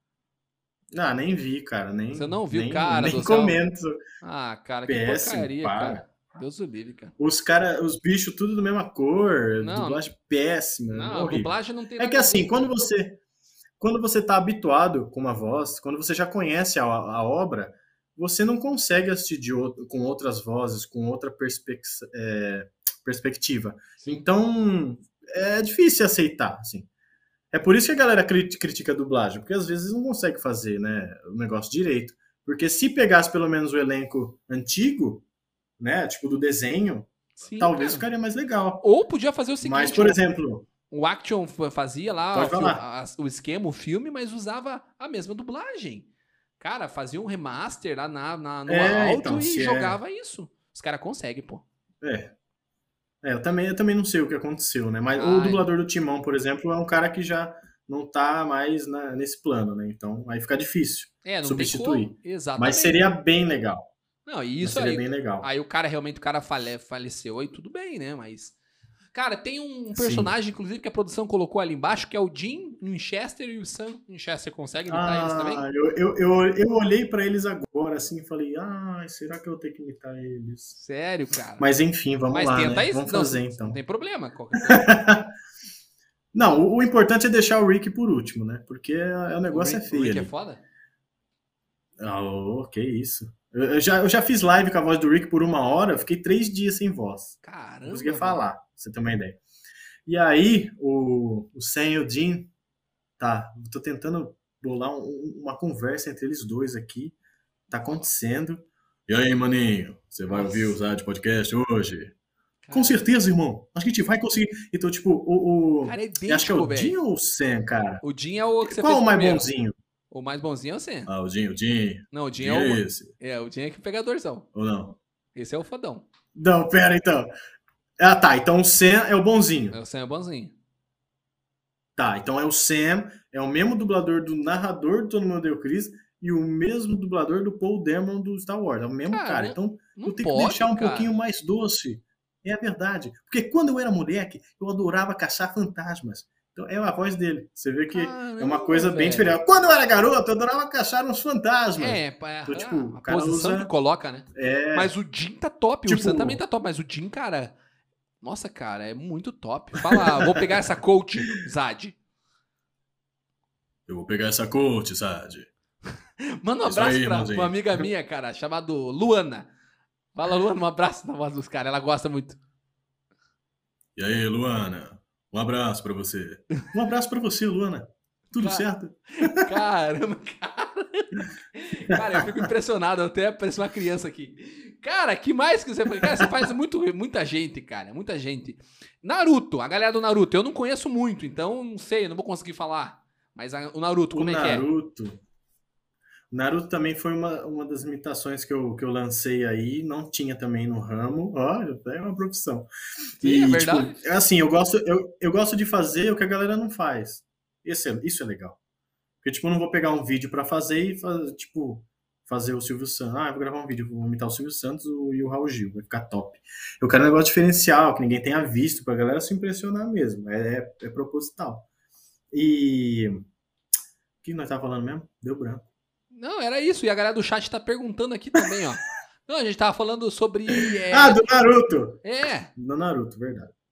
Ah, nem vi, cara. Nem, Você não viu, nem, cara Nem do céu. comento. Ah, cara, que Péssimo, porcaria, para. cara. Deus o livre, cara. Os cara, os bichos tudo da mesma cor, Não. dublagem péssima. Não, a horrível. dublagem não tem É nada que a assim, ver, quando cara. você quando você tá habituado com uma voz, quando você já conhece a, a obra, você não consegue assistir de outro, com outras vozes, com outra perspec é, perspectiva. Sim. Então, é difícil aceitar, assim. É por isso que a galera cri- critica a dublagem, porque às vezes não consegue fazer, né, o negócio direito. Porque se pegasse pelo menos o elenco antigo, né, tipo do desenho, Sim, talvez cara. ficaria mais legal. Ou podia fazer o seguinte. Mas, por exemplo, O Action fa- fazia lá Pode o, fil- falar. a- o esquema, o filme, mas usava a mesma dublagem. Cara, fazia um remaster lá na, na- no É, áudio então, e se é- jogava isso. Os caras conseguem, pô. é. É, eu também, eu também não sei o que aconteceu, né? Mas o Ai. dublador do Timão, por exemplo, é um cara que já não tá mais na- nesse plano, né? Então aí fica difícil É, não substituir. tem como. Exatamente. Mas seria bem legal. Não, e Mas isso seria aí. bem legal. Aí o cara realmente, o cara fale, faleceu e tudo bem, né? Mas. Cara, tem um personagem, inclusive, que a produção colocou ali embaixo, que é o Jim Winchester e o Sam Winchester. Consegue imitar eles também? Ah, eu, eu, eu, eu olhei pra eles agora assim e falei, ah, será que eu tenho que imitar eles? Sério, cara. Mas enfim, vamos Mas lá, tenta né? isso. Vamos Não, fazer não então. tem problema. Qualquer coisa. Não, o, o importante é deixar o Rick por último, né? Porque é- o negócio o é Rick, feio. o Rick ali. é foda? Ah, ô, que isso. Eu, eu já, eu já fiz live com a voz do Rick por uma hora, eu fiquei três dias sem voz. Caramba. Não conseguia velho. falar, pra você ter uma ideia. E aí, o, o Sam e o Dean, tá, eu tô tentando bolar um- uma conversa entre eles dois aqui, tá acontecendo. E aí, maninho, você vai Nossa. ouvir o Zad Podcast hoje? Cara, Com certeza, irmão, acho que a gente vai conseguir. Então, tipo, o... o Cara, é eu acho que é o idêntico, Dean velho. ou o Sam, cara? O Jim é o que você Qual fez o mais primeiro. bonzinho? O mais bonzinho é o Sam. Ah, o Dean, o Dean. Não, o Jim Dean é o... esse, É, o Jim é que pegadorzão. ou não? Esse é o fodão. Não, pera, então. Ah, tá, então o Sam é o bonzinho. É, o Sam é o bonzinho. Tá, então é o Sam, é o mesmo dublador do narrador do Todo Mundo Odeia o Chris e o mesmo dublador do Paul Dameron do Star Wars. É o mesmo Cara, cara. Então Não eu tenho pode, que deixar um cara. pouquinho mais doce. É a verdade. Porque quando eu era moleque, eu adorava caçar fantasmas. Então é a voz dele. Você vê que Caramba, é uma coisa bem velho. diferente. Quando eu era garoto, eu adorava caçar uns fantasmas. É, pá, Então, ah, tipo, o a cara posição usa- que coloca, né? É, Mas o Jim tá top, o Tipo- Sam também tá top, mas o Jim, cara... Nossa, cara, é muito top. Fala, vou pegar essa coach, Zad. eu vou pegar essa coach, sabe? Manda um Isso abraço aí, pra irmãozinho. uma amiga minha, cara, chamada Luana. Fala, Luana, um abraço na voz dos caras, ela gosta muito. E aí, Luana? Um abraço pra você. Um abraço pra você, Luana. Tudo Cara, certo? Caramba, cara. Cara, eu fico impressionado, eu até pareço uma criança aqui. Cara, que mais que você faz? Cara, você faz muito, muita gente, cara, muita gente. Naruto, a galera do Naruto, eu não conheço muito, então não sei, não vou conseguir falar. Mas a- o Naruto, como o é que é? Naruto. O Naruto também foi uma, uma das imitações que eu, que eu lancei aí, não tinha também no ramo. Olha, é uma profissão. Sim, é verdade. Tipo, assim, eu gosto, eu, eu gosto de fazer o que a galera não faz. Esse é, isso é legal. Porque, tipo, eu não vou pegar um vídeo pra fazer e, fazer, tipo, fazer o Silvio Santos. Ah, eu vou gravar um vídeo, vou imitar o Silvio Santos e o Raul Gil, vai ficar top. Eu quero um negócio diferencial, que ninguém tenha visto, pra galera se impressionar mesmo. É, é, é proposital. E... O que nós tava falando mesmo? Deu branco. Não, era isso, e a galera do chat tá perguntando aqui também, ó. Não, a gente tava falando sobre... é, Ah, do Naruto! É, Do Naruto, verdade.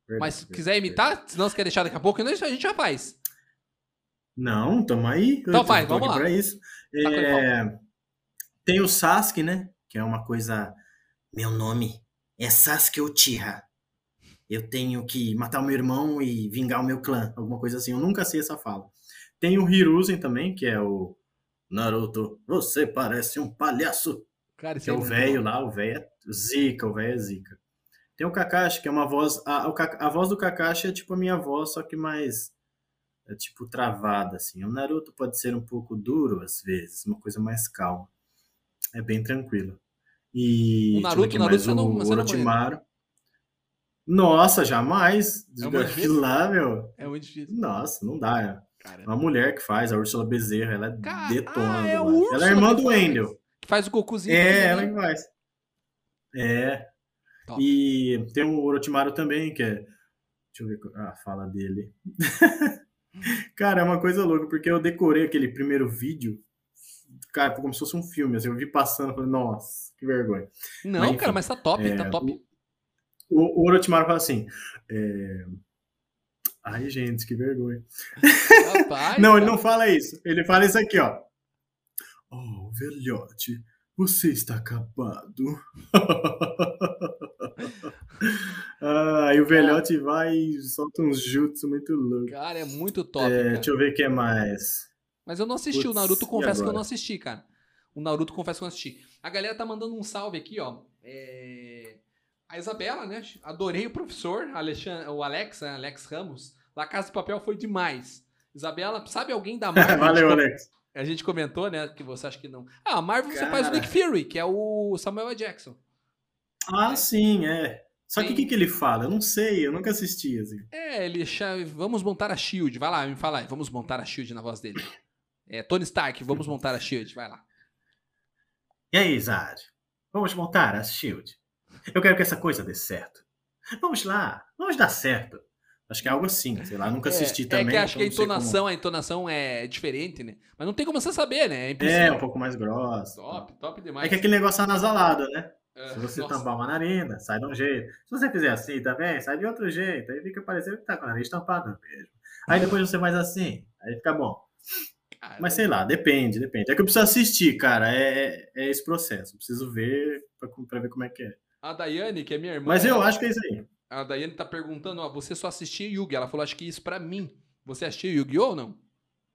Verdade, Mas se verdade, quiser imitar, se não você quer deixar daqui a pouco, a gente já faz. Não, tamo aí. Então Eu vai, tô vamos aqui lá. pra isso. Tá com É, tem o Sasuke, né? Que é uma coisa... Meu nome é Sasuke Uchiha. Eu tenho que matar o meu irmão e vingar o meu clã. Alguma coisa assim. Eu nunca sei essa fala. Tem o Hiruzen também, que é o... Naruto, você parece um palhaço. Cara, Que é o velho lá, o velho é zica, o velho é zica. Tem o Kakashi, que é uma voz... A, o Ka- a voz do Kakashi é tipo a minha voz, só que mais... É tipo travada, assim. O Naruto pode ser um pouco duro, às vezes. Uma coisa mais calma. É bem tranquilo. E... O deixa eu ver Naruto, aqui Naruto, mais, você não- o você não Orochimaru. Nossa, jamais. É muito difícil? Aquilo lá, meu... É muito difícil. Nossa, não dá. É Cara, uma mulher que faz, a Úrsula Bezerra. Ela Cara, detona. ah, é a do lado. Ela Úrsula é irmã que do faz. Wendel. Que faz o Gokuzinho. É, também, ela né? que faz. É. Top. E tem o Orochimaru também, que é... Deixa eu ver a fala dele. Cara, é uma coisa louca, porque eu decorei aquele primeiro vídeo, cara, como se fosse um filme, assim, eu vi passando, falei, nossa, que vergonha. Não, Mas, enfim, cara, mas tá top, é, tá top. O, o Orochimaru fala assim, é... ai, gente, que vergonha. Rapaz, não, cara. ele não fala isso, ele fala isso aqui, ó. Oh, velhote, você está acabado. Ah, e o velhote vai e solta uns jutsu muito louco. Cara, é muito top, É, cara. deixa eu ver o que mais. Mas eu não assisti, Putz, o Naruto e confesso que eu agora? não assisti, cara. O Naruto confesso que eu não assisti. A galera tá mandando um salve aqui, ó. É... A Isabela, né? Adorei o professor, Alexandre, o Alex, né? Alex Ramos. La Casa de Papel foi demais. Isabela, sabe alguém da Marvel? Valeu, a, gente, Alex. a gente comentou, né? Que você acha que não. Ah, a Marvel você Cara. faz o Nick Fury, que é o Samuel L. Jackson. Ah, sim, é. Só que Sim. o que, que ele fala? Eu não sei, eu nunca assisti, assim. É, ele chama, vamos montar a Shield. Vai lá, me fala aí, vamos montar a Shield na voz dele. É, Tony Stark, vamos montar a Shield, vai lá. E aí, Zad? Vamos montar a Shield. Eu quero que essa coisa dê certo. Vamos lá, vamos dar certo. Acho que é algo assim, sei lá, nunca assisti é, também. É que acho então que a não sei como- entonação, a entonação é diferente, né? Mas não tem como você saber, né? É impossível. É, um pouco mais grossa. Top, top demais. É que aquele negócio anasalado, né? É, Se você nossa. tampar uma narina, sai de um jeito. Se você fizer assim também, sai de outro jeito. Aí fica parecendo que tá com a nariz tampada mesmo. Aí depois você faz assim, aí fica bom. Cara, Mas sei lá, depende, depende. É que eu preciso assistir, cara. É, é esse processo. Eu preciso ver pra, pra ver como é que é. A Daiane, que é minha irmã. Mas eu ela- acho que é isso aí. A Daiane tá perguntando, ó, você só assistia Yu-Gi? Ela falou, acho que isso pra mim. Você assistia Yu-Gi-Oh ou não?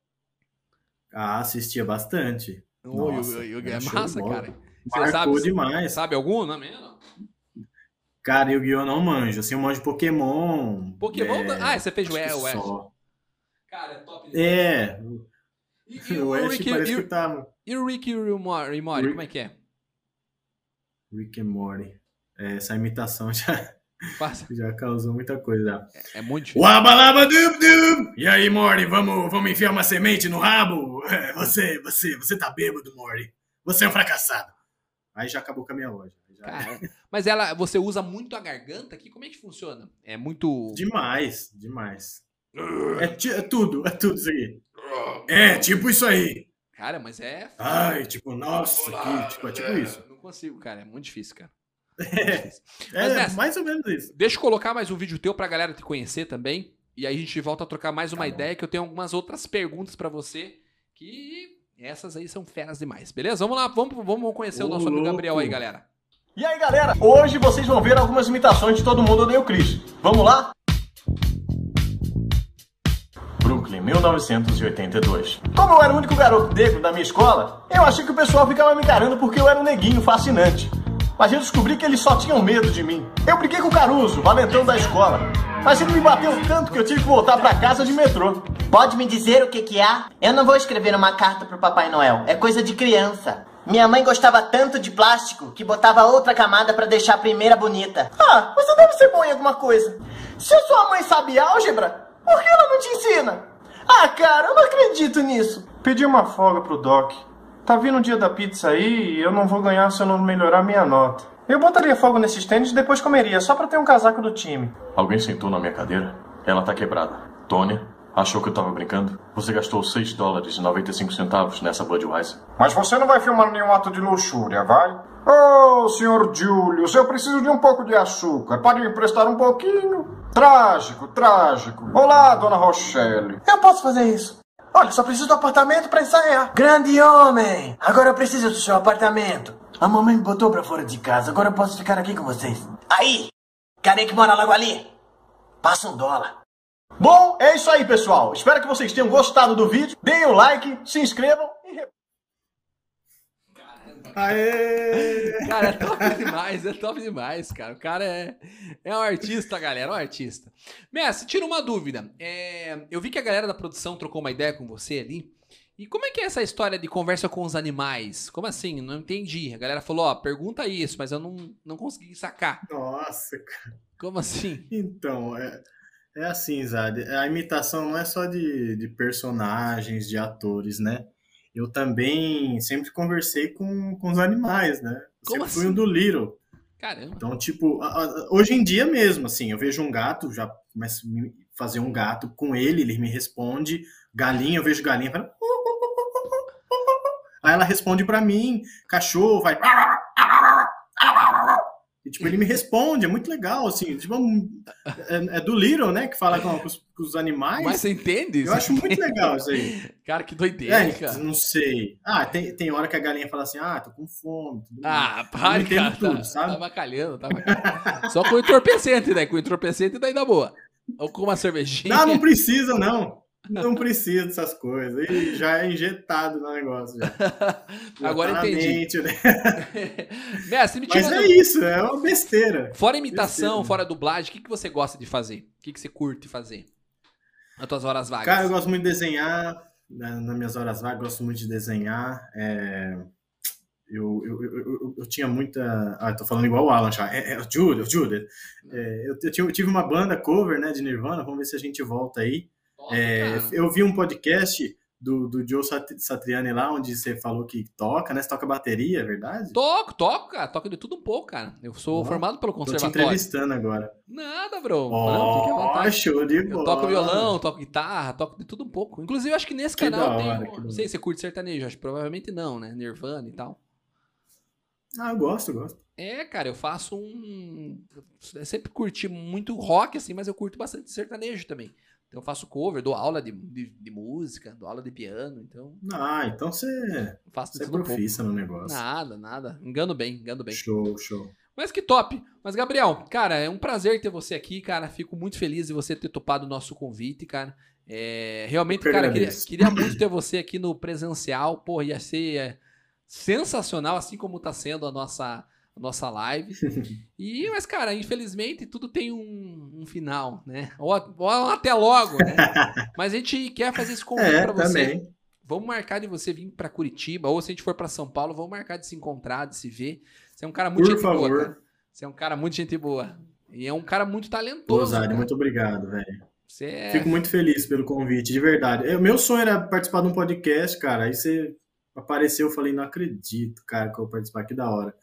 Ah, assistia bastante. Ô, Nossa, Yu- Yu-Gi é é show de massa, bola. cara. Você Marcou sabe, demais. sabe algum? Não, mesmo? Cara, Yu-Gi-Oh! Não manjo. Assim, eu manjo Pokémon. Pokémon? é, tá- Ah, você fez o acho que o Ash. só. Cara, é top. É. E, e O o Ash Rick, parece e, que tá... e o Rick e o Mor- e Morty, Rick- como é que é? Rick and Morty. É, essa imitação já, Passa. já causou muita coisa. É muito difícil. Wabalaba dub dub! E aí, Morty, vamos, vamos enfiar uma semente no rabo? É, Você, você, você tá bêbado, Morty. Você é um fracassado. Aí já acabou com a minha loja. Já- Cara, mas ela, você usa muito a garganta aqui? Como é que funciona? É muito... Demais, demais. É, ti- é tudo, é tudo isso aí. É, tipo isso aí. Cara, mas é... Ai, tipo, nossa, que, tipo, é tipo isso. Não consigo, cara. É muito difícil, cara. É, Mas, é Nessa, mais ou menos isso. deixa eu colocar mais um vídeo teu pra galera te conhecer também. E aí a gente volta a trocar mais uma Tá bom. ideia, que eu tenho algumas outras perguntas pra você. Que essas aí são feras demais, beleza? Vamos lá, vamos, vamos conhecer o Ô, nosso amigo louco. Gabriel aí, galera. E aí, galera, hoje vocês vão ver algumas imitações de Todo Mundo Odeia o Chris. Vamos lá? Brooklyn, mil novecentos e oitenta e dois. Como eu era o único garoto negro da minha escola, eu achei que o pessoal ficava me encarando porque eu era um neguinho fascinante. Mas eu descobri que eles só tinham medo de mim. Eu briguei com o Caruso, valentão da escola. Mas ele me bateu tanto que eu tive que voltar pra casa de metrô. Pode me dizer o que que há? Eu não vou escrever uma carta pro Papai Noel. É coisa de criança. Minha mãe gostava tanto de plástico que botava outra camada pra deixar a primeira bonita. Ah, você deve ser bom em alguma coisa. Se a sua mãe sabe álgebra, por que ela não te ensina? Ah, cara, eu não acredito nisso. Pedi uma folga pro Doc. Tá vindo o dia da pizza aí e eu não vou ganhar se eu não melhorar minha nota. Eu botaria fogo nesses tênis e depois comeria, só pra ter um casaco do time. Alguém sentou na minha cadeira? Ela tá quebrada. Tônia, achou que eu tava brincando? Você gastou seis dólares e noventa e cinco centavos nessa Budweiser. Mas você não vai filmar nenhum ato de luxúria, vai? Ô, oh, senhor Julius, eu preciso de um pouco de açúcar. Pode me emprestar um pouquinho? Trágico, trágico. Olá, dona Rochelle. Eu posso fazer isso. Olha, só preciso do apartamento pra ensaiar. Grande homem! Agora eu preciso do seu apartamento. A mamãe me botou pra fora de casa, agora eu posso ficar aqui com vocês. Aí! Carinha que mora logo ali. Passa um dólar. Bom, é isso aí, pessoal. Espero que vocês tenham gostado do vídeo. Deem o like, se inscrevam e... Aê! Cara, é top demais, é top demais, cara. O cara é, é um artista, galera, é um artista. Messi, tira uma dúvida. É, eu vi que a galera da produção trocou uma ideia com você ali. E como é que é essa história de conversa com os animais? Como assim? Não entendi. A galera falou, ó, pergunta isso, mas eu não, não consegui sacar. Nossa, cara. Como assim? Então, é, é assim, Zad. A imitação não é só de, de personagens, de atores, né? Eu também sempre conversei com, com os animais, né? Eu Como sempre fui assim? um do Little. Caramba. Então, tipo, a- a- hoje em dia mesmo, assim, eu vejo um gato, já começo a me- fazer um gato com ele, ele me responde. Galinha, eu vejo galinha, fala... Aí ela responde pra mim, cachorro, vai... E, tipo, ele me responde, é muito legal, assim, tipo, é, é do Little, né, que fala com, com os, com os animais. Mas você entende? Eu Você acho muito legal isso aí. Cara, que doideira, É, cara. não sei. Ah, tem, tem hora que a galinha fala assim, ah, tô com fome. Tudo Ah, bem. para, Eu entendo cara. tudo, tá, sabe? tá bacalhando, tá bacalhando. Só com o entorpecente, né? Com o entorpecente daí dá boa. Ou com uma cervejinha. Não, não precisa, não. Não precisa dessas coisas. Ele já é injetado no negócio. Já. Já Agora tá na entendi. mente, né? Messi, me tira Mas uma é dúvida. isso, é uma besteira. Fora imitação, Besteira. fora dublagem, o que, que você gosta de fazer? O que, que você curte fazer? Nas tuas horas vagas. Cara, eu gosto muito de desenhar. Na- Nas minhas horas vagas, gosto muito de desenhar. É, Eu, eu, eu, eu, eu tinha muita. Ah, tô falando igual o Alan já. É, é o Jude, o Jude. É, eu, eu, tinha- eu tive uma banda cover, né, de Nirvana. Vamos ver se a gente volta aí. Top, É, cara. eu vi um podcast do, do Joe Sat- Satriani lá, onde você falou que toca, né? Você toca bateria, é verdade? Toco, toco, cara. Toco de tudo um pouco, cara. Eu sou Ó, formado pelo Tô te conservatório. entrevistando agora. Nada, bro. Não, fique à Ó, vontade. show de Eu bola. toco violão, toco guitarra, toco de tudo um pouco. Inclusive, eu acho que nesse Que canal da tem. hora, um- que da Não hora. sei se você curte sertanejo, acho que provavelmente não, né? Nirvana e tal. Ah, eu gosto, eu gosto. É, cara, eu faço um. Eu sempre curti muito rock, assim, mas eu curto bastante sertanejo também. Então eu faço cover, dou aula de, de, de música, dou aula de piano, então Ah, então você, eu faço de você é tudo um pouco. profissa no negócio. Nada, nada. Engano bem, engano bem. Show, show. Mas que top. Mas, Gabriel, cara, é um prazer ter você aqui, cara. Fico muito feliz de você ter topado o nosso convite, cara. É, realmente, Eu que cara, queria, agradeço. queria muito ter você aqui no presencial. Pô, ia ser é, sensacional, assim como tá sendo a nossa, a nossa live. E, mas, cara, infelizmente, tudo tem um, um final, né? Ou, ou até logo, né? Mas a gente quer fazer esse convite É, pra você. também. Vamos marcar de você vir pra Curitiba, ou se a gente for pra São Paulo, vamos marcar de se encontrar, de se ver. Você é um cara muito Por gente boa, favor. cara. Você é um cara muito gente boa. E é um cara muito Ô, talentoso. Zari, cara. muito obrigado, velho. Você é... Fico muito feliz pelo convite, de verdade. O meu sonho era participar de um podcast, cara. Aí você apareceu, eu falei, não acredito, cara, que eu vou participar, que da hora.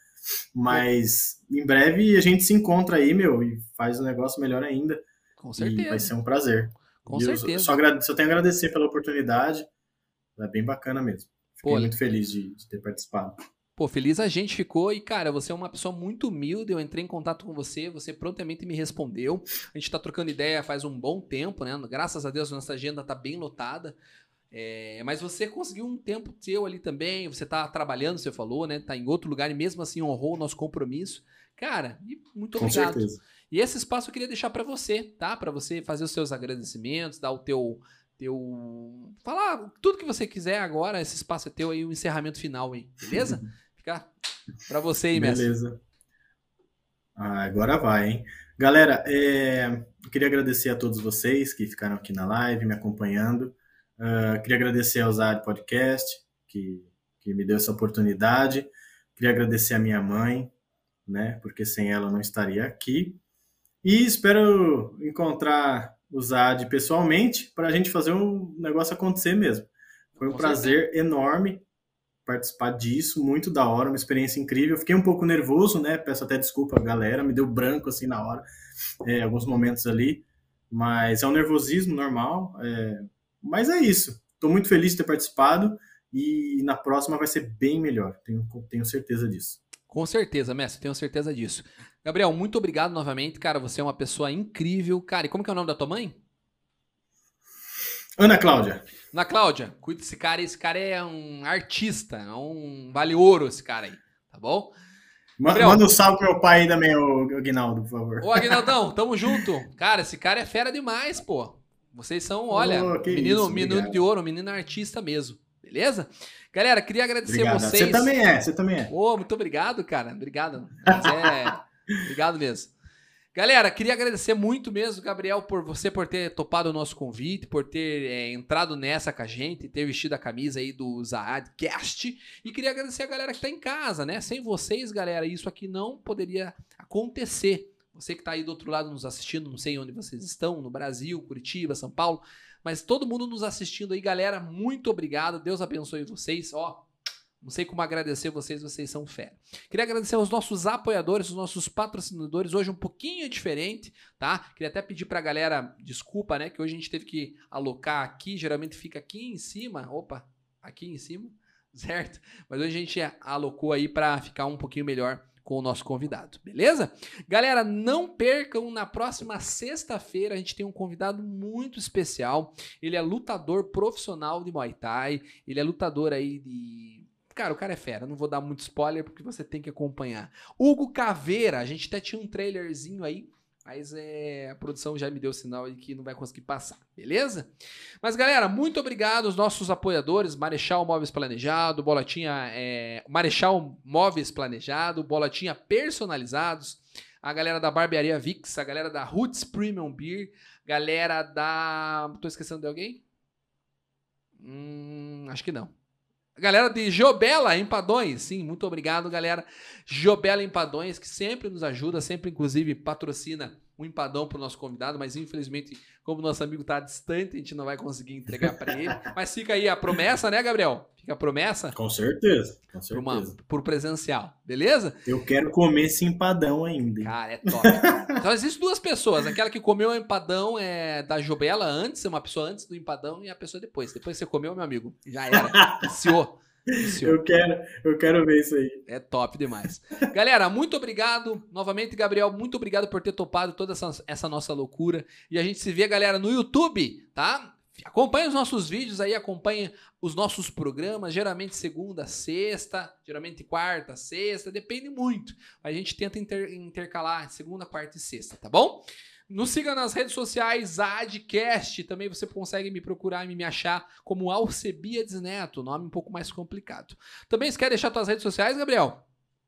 Mas em breve a gente se encontra aí, meu, e faz o negócio melhor ainda. Com E certeza. vai ser um prazer. Com E eu certeza. Só, agrade- só tenho a agradecer pela oportunidade. É bem bacana mesmo. Fiquei Pô, muito feliz de, de ter participado. Pô, feliz a gente ficou e, cara, você é uma pessoa muito humilde, eu entrei em contato com você, você prontamente me respondeu, a gente tá trocando ideia faz um bom tempo, né, graças a Deus nossa agenda tá bem lotada, é, mas você conseguiu um tempo seu ali também, você tá trabalhando, você falou, né, tá em outro lugar e mesmo assim honrou o nosso compromisso, cara, e muito Com obrigado. certeza. E esse espaço eu queria deixar pra você, tá, pra você fazer os seus agradecimentos, dar o teu... teu falar tudo que você quiser agora, esse espaço é teu aí, o encerramento final aí, beleza? Fica pra você aí, mestre. Beleza. Ah, agora vai, hein? Galera, é, eu queria agradecer a todos vocês que ficaram aqui na live, me acompanhando. Ah, queria agradecer ao Zari Podcast, que, que me deu essa oportunidade. Queria agradecer a minha mãe, né? Porque sem ela eu não estaria aqui. E espero encontrar o Zad pessoalmente para a gente fazer o negócio acontecer mesmo. Foi um Com prazer enorme participar disso, muito da hora, uma experiência incrível. Fiquei um pouco nervoso, né? Peço até desculpa, galera, me deu branco assim na hora, é, alguns momentos ali, mas é um nervosismo normal. É... Mas é isso. Estou muito feliz de ter participado e na próxima vai ser bem melhor. Tenho, tenho certeza disso. Com certeza, mestre, tenho certeza disso. Gabriel, muito obrigado novamente, cara, você é uma pessoa incrível. Cara, e como que é o nome da tua mãe? Ana Cláudia. Ana Cláudia, cuida desse cara, esse cara é um artista, é um vale ouro esse cara aí, tá bom? Gabriel, manda um salve pro meu pai aí também, o Aguinaldo, por favor. Ô, Aguinaldão, tamo junto. Cara, esse cara é fera demais, pô. Vocês são, olha, oh, menino, isso, menino de ouro, menino artista mesmo, beleza? Galera, queria agradecer obrigado. vocês. Você também é, você também é. Ô, muito obrigado, cara, obrigado. Mas é... obrigado mesmo. Galera, queria agradecer muito mesmo, Gabriel, por você por ter topado o nosso convite, por ter é, entrado nessa com a gente, ter vestido a camisa aí do Zaadcast. E queria agradecer a galera que tá em casa, né? Sem vocês, galera, isso aqui não poderia acontecer. Você que tá aí do outro lado nos assistindo, não sei onde vocês estão, no Brasil, Curitiba, São Paulo, mas todo mundo nos assistindo aí, galera, muito obrigado. Deus abençoe vocês, ó. Não sei como agradecer vocês, vocês são fera. Queria agradecer aos nossos apoiadores, os nossos patrocinadores, hoje um pouquinho diferente, tá? Queria até pedir pra galera, desculpa, né, que hoje a gente teve que alocar aqui, geralmente fica aqui em cima, opa, aqui em cima, certo? Mas hoje a gente alocou aí pra ficar um pouquinho melhor com o nosso convidado, beleza? Galera, não percam, na próxima sexta-feira a gente tem um convidado muito especial, ele é lutador profissional de Muay Thai, ele é lutador aí de... Cara, o cara é fera, não vou dar muito spoiler porque você tem que acompanhar. Hugo Caveira, a gente até tinha um trailerzinho aí, mas é, a produção já me deu sinal de que não vai conseguir passar, beleza? Mas galera, muito obrigado aos nossos apoiadores, Marechal Móveis Planejado, Bolotinha, é, Marechal Móveis Planejado, Bolotinha Personalizados, a galera da Barbearia Vix, a galera da Roots Premium Beer, galera da... Tô esquecendo de alguém? Hum, acho que não. Galera de Jobela Empadões, sim, muito obrigado, galera. Jobela Empadões, que sempre nos ajuda, sempre, inclusive, patrocina um empadão pro nosso convidado, mas infelizmente, como nosso amigo tá distante, a gente não vai conseguir entregar para ele. Mas fica aí a promessa, né, Gabriel? Fica a promessa? Com certeza, com certeza. Por, uma, por presencial, beleza? Eu quero comer esse empadão ainda. Cara, é top. Então existem duas pessoas, aquela que comeu o empadão é, da Jobela antes, uma pessoa antes do empadão e a pessoa depois. Depois você comeu, meu amigo, já era. Viciou. Eu quero, eu quero ver isso aí. É top demais. Galera, muito obrigado. Novamente, Gabriel, muito obrigado por ter topado toda essa, essa nossa loucura. E a gente se vê, galera, no YouTube, tá? Acompanhe os nossos vídeos aí, acompanhe os nossos programas, geralmente segunda, sexta, geralmente quarta, sexta, depende muito. A gente tenta inter, intercalar segunda, quarta e sexta, tá bom? Nos siga nas redes sociais, Zaadcast, também você consegue me procurar e me achar como Alcebiades Neto, nome um pouco mais complicado. Também você quer deixar suas redes sociais, Gabriel?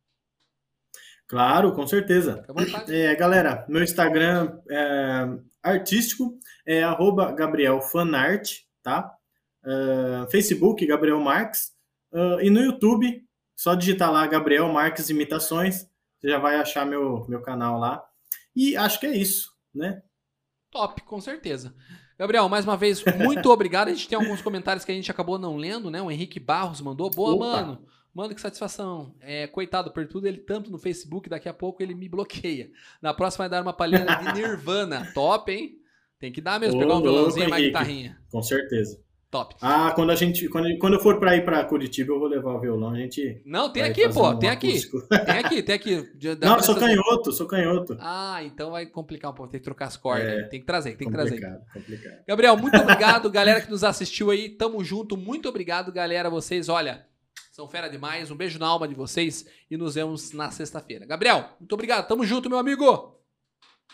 Claro, com certeza. É, galera, meu Instagram é artístico, é arroba Gabriel Fanart, tá? Uh, Facebook, Gabriel Marques. Uh, e no YouTube, só digitar lá Gabriel Marques Imitações, você já vai achar meu, meu canal lá. E acho que é isso, né? Top, com certeza. Gabriel, mais uma vez, muito obrigado. A gente tem alguns comentários que a gente acabou não lendo, né? O Henrique Barros mandou. Boa, Opa. mano. Mano, que satisfação. É, coitado, por tudo, ele tanto no Facebook, daqui a pouco ele me bloqueia. Na próxima vai dar uma palhinha de Nirvana. Top, hein? Tem que dar mesmo, Ô, pegar um violãozinho e uma Henrique. guitarrinha. Com certeza. Top. Ah, quando a gente, quando, quando eu for pra ir pra Curitiba, eu vou levar o violão, a gente... Não, tem aqui, pô, um tem aqui. Tem aqui, tem aqui. Não, eu sou canhoto, sou canhoto. Ah, então vai complicar um pouco, tem que trocar as cordas. É, tem que trazer, tem que complicado, trazer. complicado. Gabriel, muito obrigado, galera que nos assistiu aí, tamo junto, muito obrigado, galera, vocês, olha, são fera demais, um beijo na alma de vocês e nos vemos na sexta-feira. Gabriel, muito obrigado, tamo junto, meu amigo.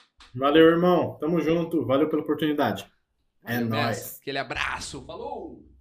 Valeu, irmão, tamo junto, valeu pela oportunidade. Valeu, É nóis. Aquele abraço, falou!